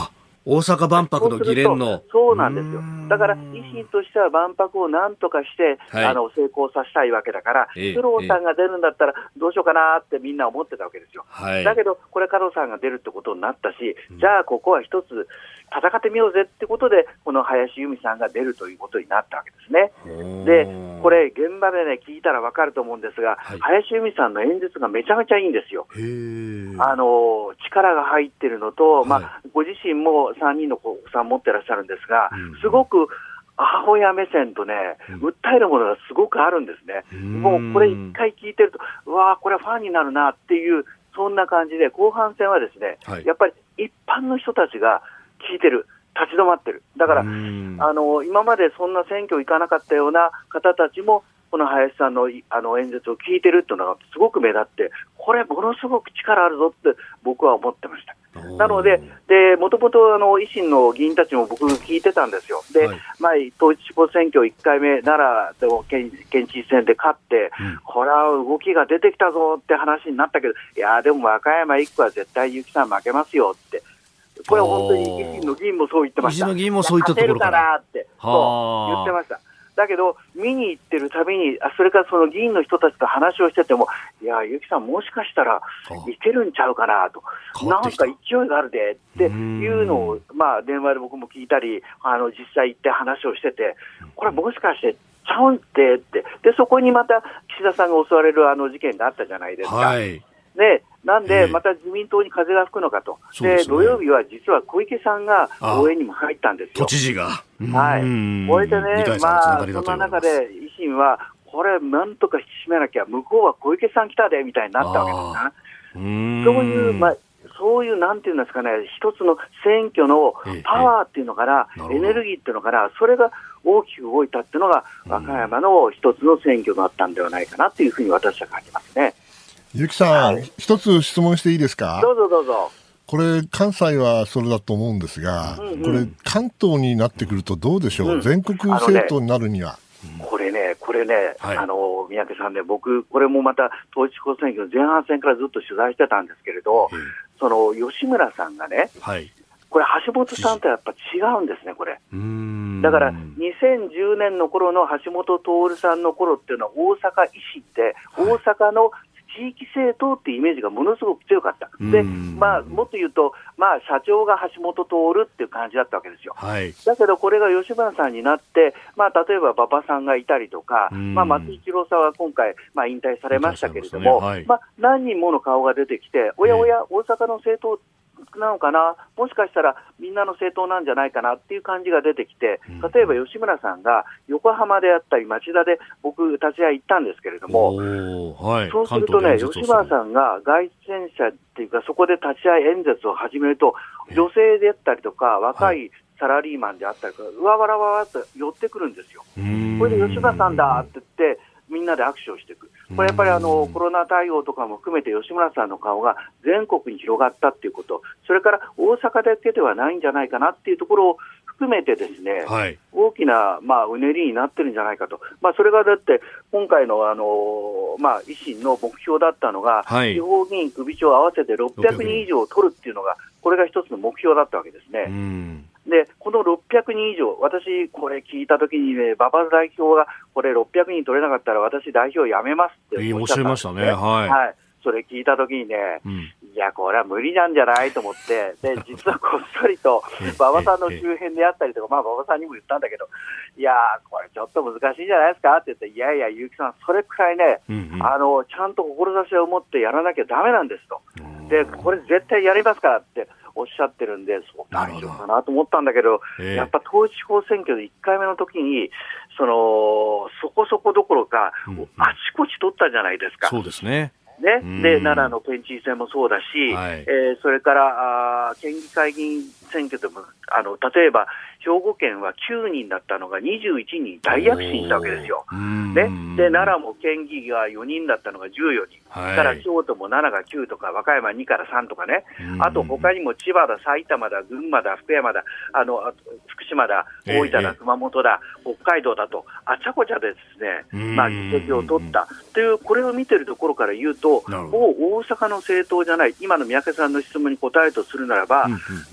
大阪万博の議連の。 そうなんですよ。だから維新としては万博を何とかして、はい、あの成功させたいわけだから、えー、工藤さんが出るんだったらどうしようかなってみんな思ってたわけですよ。はい、だけどこれ加藤さんが出るってことになったし、うん、じゃあここは一つ戦ってみようぜってことでこの林由美さんが出るということになったわけですね。でこれ現場でね聞いたら分かると思うんですが、はい、林由美さんの演説がめちゃめちゃいいんですよ。あの力が入ってるのと、はい、まあ、ご自身もさんにんのお子さん持ってらっしゃるんですが、うん、すごく母親目線とね、うん、訴えるものがすごくあるんですね。もうこれ一回聞いてるとうわーこれはファンになるなっていうそんな感じで後半戦はですね、はい、やっぱり一般の人たちが聞いてる、立ち止まってる。だからあの今までそんな選挙行かなかったような方たちもこの林さんの、あの演説を聞いてるっていうのがすごく目立って、これものすごく力あるぞって僕は思ってました。なので、でもともとあの維新の議員たちも僕聞いてたんですよ。で、はい、前統一地方選挙いっかいめ奈良でも 県, 県知事選で勝って、うん、これは動きが出てきたぞって話になったけど、いやでも和歌山いっ区は絶対結城さん負けますよって、これは本当に維新の議員もそう言ってました。 維新の議員もそういったところから勝てるかなってそう言ってました。だけど見に行ってるたびに、それからその議員の人たちと話をしてても、いや結城さんもしかしたらいけるんちゃうかなと、なんか勢いがあるでっていうのを、まあ、電話で僕も聞いたり、あの実際行って話をしてて、これもしかしてちゃうんってって、でそこにまた岸田さんが襲われるあの事件があったじゃないですか。はい、でなんでまた自民党に風が吹くのかと。で、ね、土曜日は実は小池さんが応援にも入ったんですよ。 都知事が。 はい。これでね、まあそんな中で維新はこれなんとか引き締めなきゃ、向こうは小池さん来たでみたいになったわけですな。そういうまあそういうなんていうんですかね、一つの選挙のパワーっていうのかな、ええ、エネルギーっていうのかな、それが大きく動いたっていうのが和歌山の一つの選挙だったんではないかなというふうに私は感じますね。 結城さん、はい、一つ質問していいですか。 どうぞどうぞ。 これ関西はそれだと思うんですが、うんうん、これ関東になってくるとどうでしょう、うん、全国政党になるには。 これね、これね、はい、あの三宅さんね、僕これもまた統一地方選挙の前半戦からずっと取材してたんですけれど、うん、その吉村さんがね、はい、これ橋本さんとやっぱ違うんですね。これうーんだからにせんじゅうねんの頃の橋本徹さんの頃っていうのは大阪維新で、はい、大阪の地域政党っていうイメージがものすごく強かった。で、まあ、もっと言うと、まあ、社長が橋本徹っていう感じだったわけですよ。はい、だけどこれが吉村さんになって、まあ、例えば馬場さんがいたりとか、まあ、松井一郎さんは今回、まあ、引退されましたけれども、ねはいまあ、何人もの顔が出てきて、おやおや大阪の政党なのかな、もしかしたらみんなの政党なんじゃないかなっていう感じが出てきて、例えば吉村さんが横浜であったり町田で僕立ち会い行ったんですけれども、はい、そうするとね、吉村さんが街宣車っていうかそこで立ち会い演説を始めると、女性であったりとか若いサラリーマンであったりとか、うわわらわらっと寄ってくるんですよ。これで吉村さんだって言ってみんなで握手をしていく。これやっぱりあのコロナ対応とかも含めて吉村さんの顔が全国に広がったっていうこと、それから大阪だけではないんじゃないかなっていうところを含めてですね、はい、大きな、まあ、うねりになってるんじゃないかと。まあ、それがだって今回の、あの、まあ、維新の目標だったのが、はい、地方議員首長合わせてろっぴゃくにん以上取るっていうのが、これが一つの目標だったわけですね。うんでこのろっぴゃくにん以上、私これ聞いたときにね、馬場代表がこれろっぴゃくにん取れなかったら私代表辞めますっておっしゃったんですね。おっしゃいましたね。はい。はい、それ聞いたときにね、うん、いやこれは無理なんじゃないと思って、で実はこっそりと馬場さんの周辺であったりとか、まあ馬場さんにも言ったんだけど、いやこれちょっと難しいんじゃないですかって言って、いやいや結城さんそれくらいね、うんうん、あのちゃんと志を持ってやらなきゃダメなんですと。でこれ絶対やりますからっておっしゃってるんで、そう大丈夫かなと思ったんだけど、えー、やっぱ統一地方選挙でいっかいめの時にそのそこそこどころか、うんうん、あちこち取ったじゃないですか。 そうですね。 ね、で奈良の県知事選もそうだし、はい、えー、それからあ県議会議員選挙でもあの例えば兵庫県はきゅうにんだったのがにじゅういちにん大躍進したわけですよ。ね、で奈良も県議がよにんだったのがじゅうよにん、はい、から京都もなながきゅうとか和歌山にからさんとかね、あと他にも千葉だ埼玉だ群馬だ福山だあの福島だ大分だ、えー、熊本だ北海道だとあちゃこちゃでですね、まあ、議席を取ったという、これを見てるところから言うと、もう大阪の政党じゃない、今の三宅さんの質問に答えるとするならば、うんうんうん、全国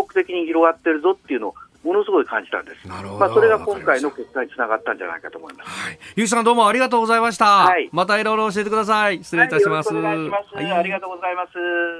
国的に広がってるぞっていうのをものすごい感じたんです。なるほど。まあ、それが今回の結果につながったんじゃないかと思います。 はい、ゆうきさんどうもありがとうございました。はい、またいろいろ教えてください。失礼いたします。はい、よろしくお願いします。 はい、ありがとうございます。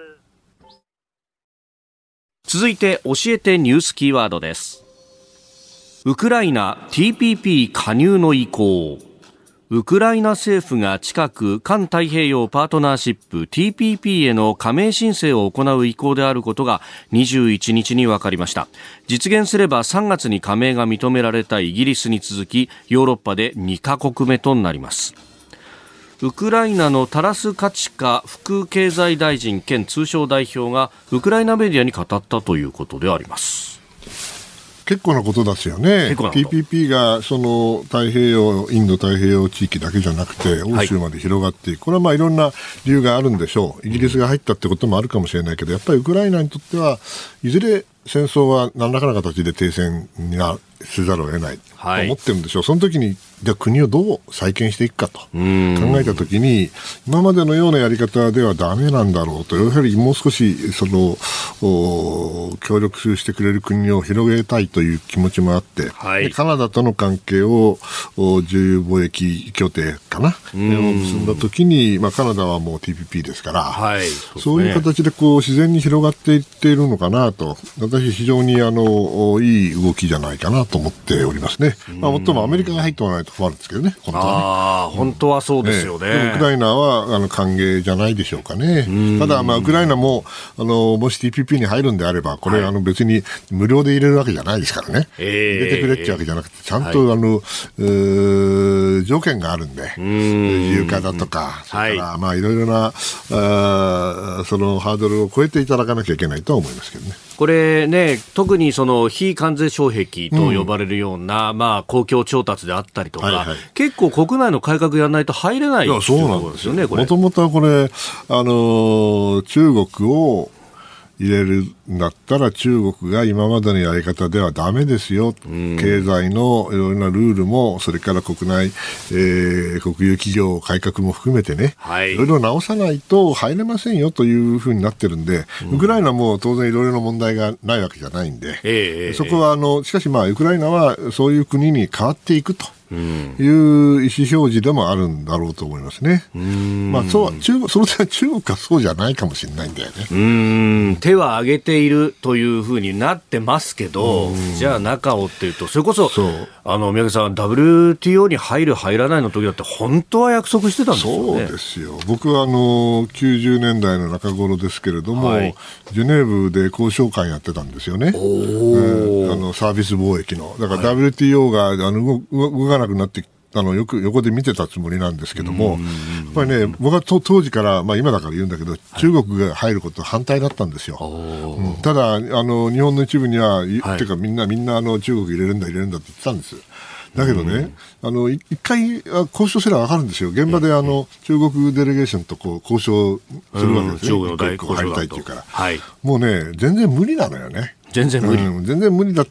続いて教えてニュースキーワードです。ウクライナ ティーピーピー 加入の意向。ウクライナ政府が近く環太平洋パートナーシップ ティーピーピー への加盟申請を行う意向であることがにじゅういちにちに分かりました。実現すればさんがつに加盟が認められたイギリスに続きヨーロッパでにカ国目となります。ウクライナのタラス・カチカ副経済大臣兼通商代表がウクライナメディアに語ったということであります。 結構なことですよね。 ティーピーピー がその太平洋インド太平洋地域だけじゃなくて欧州まで広がっていく、はい、これはまあいろんな理由があるんでしょう。イギリスが入ったってこともあるかもしれないけど、やっぱりウクライナにとってはいずれ戦争は何らかの形で停戦になせざるを得ないと思ってるんでしょう、はい、その時にじゃあ国をどう再建していくかと考えた時に今までのようなやり方ではダメなんだろうと、やはりもう少しその協力してくれる国を広げたいという気持ちもあって、はい、でカナダとの関係を自由貿易協定かな結んだ時に、まあ、カナダはもう ティーピーピー ですから、はい、そうですね、そういう形でこう自然に広がっていっているのかなと、私非常にあのいい動きじゃないかなと思っておりますね。まあ、もっともアメリカが入っておらないと困るんですけどね、本当はね。 あ、本当はそうですよね。 ね、でもウクライナはあの歓迎じゃないでしょうかね。ただ、まあ、ウクライナもあのもし ティーピーピー に入るんであればこれ、はい、あの別に無料で入れるわけじゃないですからね、えー、入れてくれってわけじゃなくてちゃんと、はい、あの条件があるんで、うん自由化だとか、それから、はい、まあ、いろいろなあそのハードルを超えていただかなきゃいけないとは思いますけどね。 これね、特にその非関税障壁と呼ばれるような、うんまあ、公共調達であったりとか、はいはい、結構国内の改革やらないと入れない。いや、そうなんですよね。 もともとはこれ、あの中国を入れるんだったら中国が今までのやり方ではダメですよ、うん、経済のいろいろなルールもそれから国内、えー、国有企業改革も含めてね、はい、いろいろ直さないと入れませんよというふうになってるんで、うん、ウクライナも当然いろいろな問題がないわけじゃないんで、えー、そこはあのしかしまあウクライナはそういう国に変わっていくという意思表示でもあるんだろうと思いますね。うんまあ、そう中国その点は中国はそうじゃないかもしれないんだよね。 うん手は挙げているというふうになってますけど、じゃあ中をっていうとそれこそあの宮家さん ダブリューティーオー に入る入らないの時だって本当は約束してたんですよね。 そうですよ。僕はあのきゅうじゅうねんだいの中頃ですけれども、はい、ジュネーブで交渉会やってたんですよね。お、えー、あのサービス貿易のだから ダブリューティーオー があの動かなくなってあのよく横で見てたつもりなんですけども、やっぱりね僕は当時から、まあ、今だから言うんだけど、はい、中国が入ること反対だったんですよ、うん、ただあの日本の一部には、はい、てかみんなみんなあの中国入れるんだ入れるんだって言ってたんです。だけどね、あの一回交渉すれば分かるんですよ。現場であの中国デレゲーションとこう交渉するわけですね。中国の大交渉入りたいっていうから、はい、もうね全然無理なのよね。 全然無理、 うん、全然無理だった。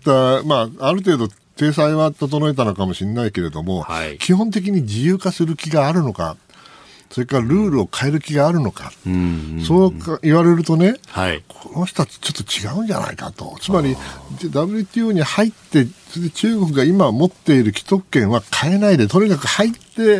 まあある程度制裁は整えたのかもしれないけれども、はい、基本的に自由化する気があるのか、それからルールを変える気があるのか、うん、そう言われるとね、はい、この人たちちょっと違うんじゃないかと。つまり ダブリューティーオー に入って中国が今持っている既得権は変えないでとにかく入って、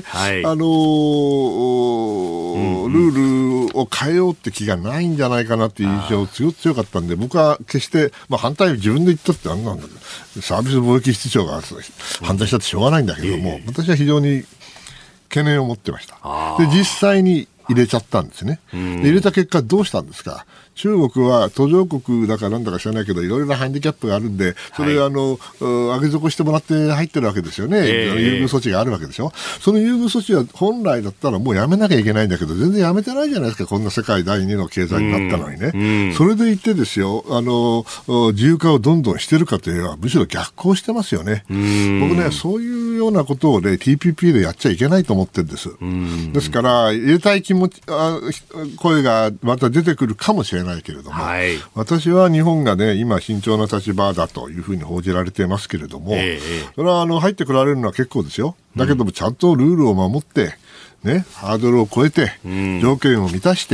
はい、あのーうんうん、ルールを変えようって気がないんじゃないかなっていう印象が強強かったんで、僕は決して、まあ、反対自分で言ったってあんなんだけどサービス貿易室長が反対したってしょうがないんだけども、うん、私は非常に懸念を持ってました。で実際に入れちゃったんですね。で入れた結果どうしたんですか。中国は途上国だかなんだか知らないけどいろいろなハンディキャップがあるんでそれ、はい、あの上げ底してもらって入ってるわけですよね、えー、優遇措置があるわけでしょ。その優遇措置は本来だったらもうやめなきゃいけないんだけど全然やめてないじゃないですか。こんな世界だいにの経済になったのにね。それでいてですよ、あの自由化をどんどんしてるかというのはむしろ逆行してますよね。僕ねそういうようなことを、ね、ティーピーピー でやっちゃいけないと思ってるんです。ですから入れたい気持ちあ声がまた出てくるかもしれないけれども、はい、私は日本がね今慎重な立場だというふうに報じられていますけれども、えー、それはあの入ってこられるのは結構ですよ。だけどもちゃんとルールを守って、ね、ハードルを超えて、うん、条件を満たして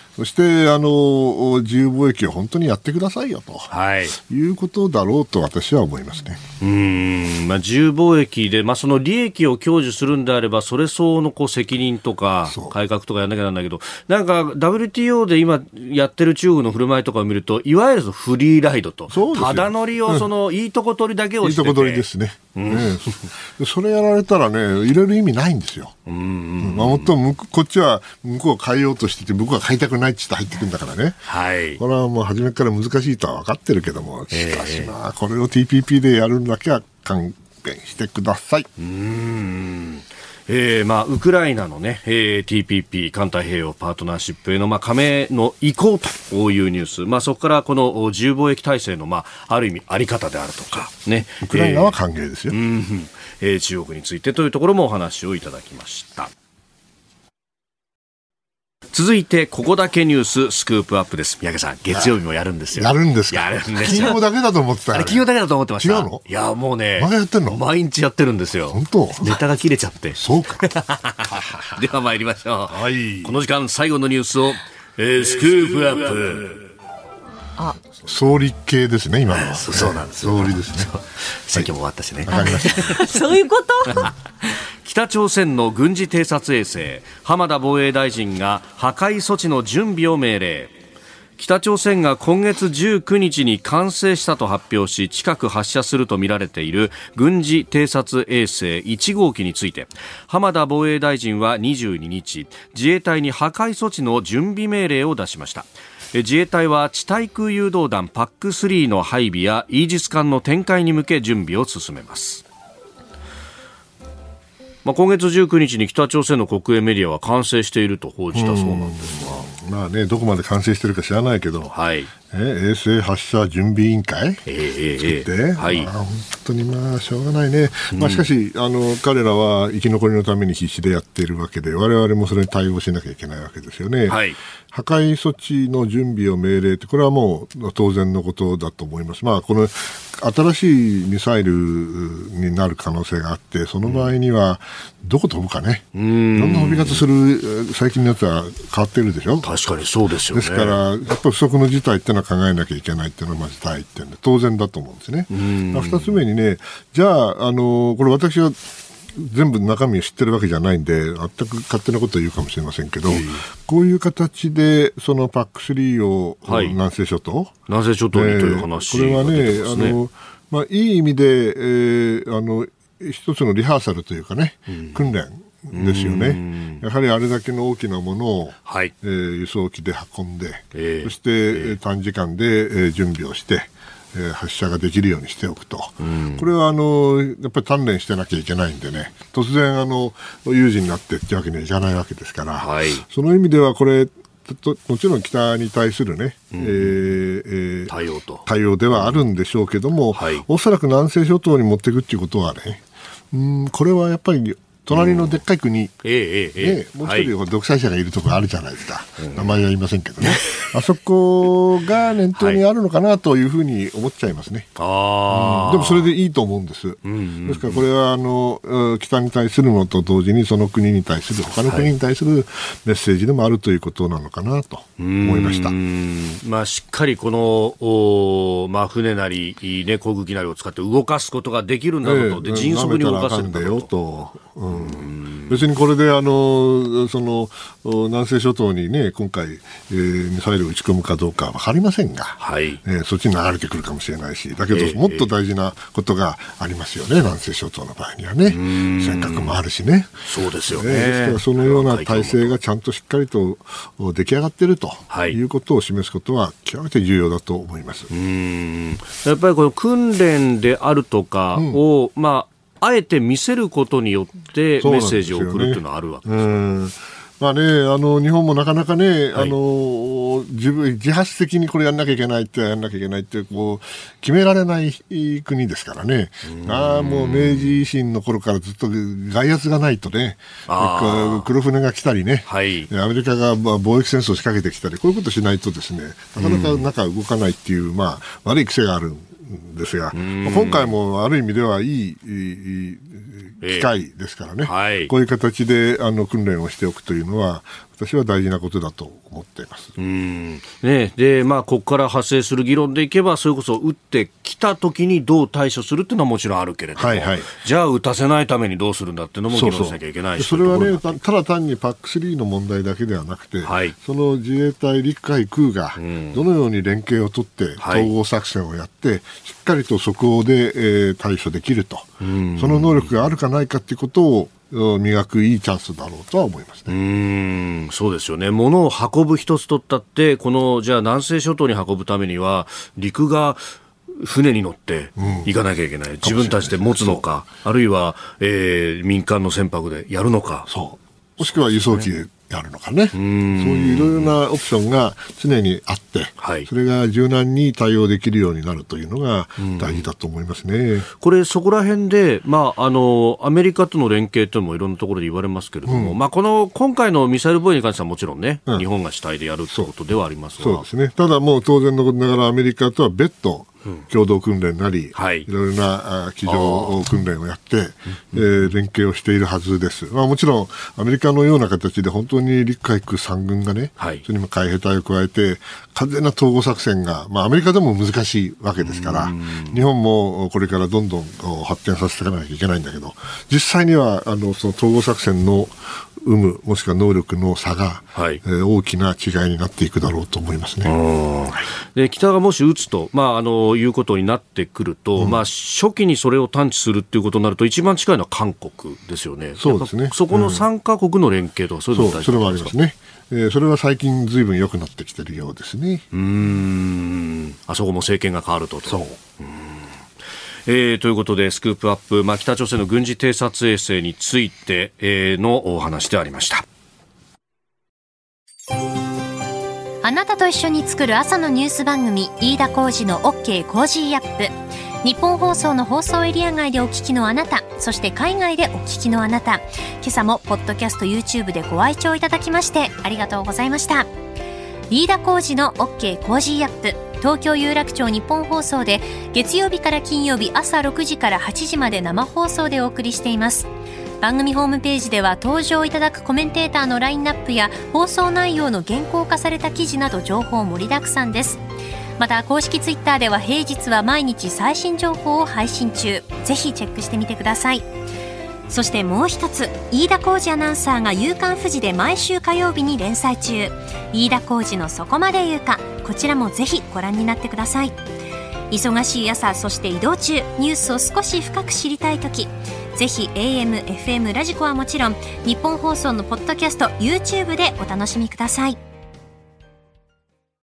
そしてあの自由貿易を本当にやってくださいよと、 はい、 いうことだろうと私は思いますね。 うーん、まあ、自由貿易で、まあ、その利益を享受するんであればそれ相応のこう責任とか改革とかやらなきゃなんないけど、なんか ダブリューティーオー で今やってる中国の振る舞いとかを見るといわゆるフリーライドとただ乗りをその、うん、いいとこ取りだけをしてていいとこ取りですね、うんね、それやられたらね入れる意味ないんですよ。うんうんうん、まあ、もっと向こうこっちは向こうを変えようとしてて向こうは変えたくないって言って入ってくるんだからね、 はい、 これはもう初めから難しいとは分かってるけども、しかしまあこれを ティーピーピー でやるんだけは勘弁してください。 うーん、えーまあ、ウクライナの、ねえー、ティーピーピー 環太平洋パートナーシップへの、まあ、加盟の意向というニュース、まあ、そこからこの自由貿易体制の、まあ、ある意味あり方であるとか、ね、 ウクライナは歓迎ですよ、 えーうんえー、中国についてというところもお話をいただきました。続いてここだけニューススクープアップです。三宅さん、月曜日もやるんですよ。 やるんですか。 やるんですよ。 金曜だけだと思ってたよ、ね、 あれ金曜だけだと思ってました。 違うの。 いやもうね、 毎日やってんの。 毎日やってるんですよ。 本当。 ネタが切れちゃってそうかでは参りましょう、 はい、 この時間最後のニュースを、えー、スクープアップ。 あ、 総理系ですね今のは。 そう、そうなんですよ。 総理ですね。 選挙も終わったしね。 わかりましたそういうこと北朝鮮の軍事偵察衛星浜田防衛大臣が破壊措置の準備を命令。北朝鮮が今月じゅうくにちに完成したと発表し近く発射するとみられている軍事偵察衛星いち号機について浜田防衛大臣はにじゅうににち自衛隊に破壊措置の準備命令を出しました。自衛隊は地対空誘導弾 パックスリー の配備やイージス艦の展開に向け準備を進めます。まあ、今月じゅうくにちに北朝鮮の国営メディアは完成していると報じたそうなんですが、 まあね、どこまで完成しているか知らないけど、 はい、 え衛星発射準備委員会、 えー、 作って、 えーはい、 まあ、本当にまあしょうがないね、まあ、しかしあの彼らは生き残りのために必死でやっているわけで我々もそれに対応しなきゃいけないわけですよね、 はい、 破壊措置の準備を命令ってこれはもう当然のことだと思います。まあ、この新しいミサイルになる可能性があってその場合にはどこ飛ぶかね、うん、いろんな飛び方する最近のやつは変わってるでしょ。 確かにそうですよね。 ですからやっぱり不測の事態っていうのは考えなきゃいけないっていうのがまず第一点で当然だと思うんですね。まあ、二つ目にね、じゃあ、あのこれ私は全部中身を知ってるわけじゃないんで全く勝手なことを言うかもしれませんけど、えー、こういう形でその パックスリー を、はい、南西諸島南西諸島にという話が出てますね。 これはね、あの、まあ、いい意味で、えー、あの一つのリハーサルというかね、うん、訓練ですよね。やはりあれだけの大きなものを、はい、えー、輸送機で運んで、えー、そして、えー、短時間で、えー、準備をしてえー、発射ができるようにしておくと、うん、これはあのやっぱり鍛錬してなきゃいけないんでね、突然あの有事になってってわけにはいかないわけですから、はい、その意味ではこれともちろん北に対するね、うん、えーえー、 対応と対応ではあるんでしょうけども、はい、おそらく南西諸島に持っていくっていうことはね、うん、これはやっぱり隣のでっかい国、うん、えーえーね、もう一人、はい、独裁者がいるところあるじゃないですか、うん、名前は言いませんけどねあそこが念頭にあるのかなというふうに思っちゃいますね、はい、うん、でもそれでいいと思うんです、うんうんうん、ですからこれはあの北に対するのと同時にその国に対する他の国に対するメッセージでもあるということなのかなと思いました。 うん、まあ、しっかりこのお、まあ、船なり、ね、航空機なりを使って動かすことができるんだろうと、で迅速に動かせるんだろうと、 うんうん、別にこれであのその南西諸島に、ね、今回、えー、ミサイルを撃ち込むかどうかは分かりませんが、はい、えー、そっちに流れてくるかもしれないし、だけど、えー、もっと大事なことがありますよね、南西諸島の場合にはね、尖閣もあるしね。 そうですよね。 えー、ですからそのような体制がちゃんとしっかりと出来上がっているということを示すことは極めて重要だと思います。 うーん、やっぱりこの訓練であるとかを、うん、まああえて見せることによってメッセージを送るというのはあるわけですか。うん、 まあね、あの日本もなかなかね、はい、あの自分自発的にこれやんなきゃいけないってやんなきゃいけないってこう決められない国ですからね。あもう明治維新の頃からずっと外圧がないとね、黒船が来たりね、はい、アメリカが貿易戦争を仕掛けてきたり、こういうことしないとですね、なかなか中動かないっていう、まあ、悪い癖があるんですが、今回もある意味ではいい、いい機会ですからね、 えーはい、 こういう形であの訓練をしておくというのは私は大事なことだと思っています。 うん、ね、で、まあ、ここから発生する議論でいけばそれこそ撃ってきたときにどう対処するっていうのはもちろんあるけれども、はいはい、じゃあ撃たせないためにどうするんだっていうのも議論しなきゃいけないし、 そうそう、それはね、ただ単に パックスリー の問題だけではなくて、はい、その自衛隊陸海空がどのように連携を取って統合作戦をやって、はい、しっかりとそこで、えー、対処できると、その能力があるかないかということを磨くいいチャンスだろうとは思いますね。 うーん、そうですよね。物を運ぶ一つとったってこのじゃあ南西諸島に運ぶためには陸が船に乗って行かなきゃいけない、うん、自分たちで持つのか、あるいは、えー、民間の船舶でやるのか、 そうもしくは輸送機でやるのかね、そういういろいろなオプションが常にあって、はい、それが柔軟に対応できるようになるというのが大事だと思いますね。 これそこら辺で、まあ、あのアメリカとの連携というのもいろんなところで言われますけれども、うん、まあ、この今回のミサイル防衛に関してはもちろんね、うん、日本が主体でやるということではありますが、 そうですね。ただもう当然のことながらアメリカとは別途共同訓練なり、はい、いろいろな机上訓練をやって、えー、連携をしているはずです。まあ、もちろんアメリカのような形で本当に陸海空さん軍がね、はい、それにも海兵隊を加えて完全な統合作戦が、まあ、アメリカでも難しいわけですから、日本もこれからどんどん発展させていかなきゃいけないんだけど、実際にはあのその統合作戦の有無もしくは能力の差が、はい、えー、大きな違いになっていくだろうと思いますね。 で、北がもし撃つと、まあ、あのいうことになってくると、うん、まあ、初期にそれを探知するということになると一番近いのは韓国ですよね。 そうですね。 そこのさんカ国の連携とか、そういうのも大事ですか？そう、それはありますね。えー、それは最近ずいぶん良くなってきているようですね。 うーん、あそこも政権が変わると。そう。うーん、えー、ということでスクープアップ、まあ、北朝鮮の軍事偵察衛星について、えー、のお話でありました。 あなたと一緒に作る朝のニュース番組、飯田浩司の OK コージーアップ。日本放送の放送エリア外でお聞きのあなた、そして海外でお聞きのあなた、今朝もポッドキャスト YouTube でご愛聴いただきましてありがとうございました。飯田浩司の OK コージーアップ、東京有楽町日本放送で月曜日から金曜日朝ろくじからはちじまで生放送でお送りしています。番組ホームページでは登場いただくコメンテーターのラインナップや放送内容の原稿化された記事など情報盛りだくさんです。また公式ツイッターでは平日は毎日最新情報を配信中、ぜひチェックしてみてください。そしてもう一つ、飯田浩司アナウンサーが夕刊フジで毎週火曜日に連載中、飯田浩司のそこまで言うか、こちらもぜひご覧になってください。忙しい朝、そして移動中、ニュースを少し深く知りたいとき、ぜひ エーエム、エフエム ラジコはもちろん日本放送のポッドキャスト YouTube でお楽しみください。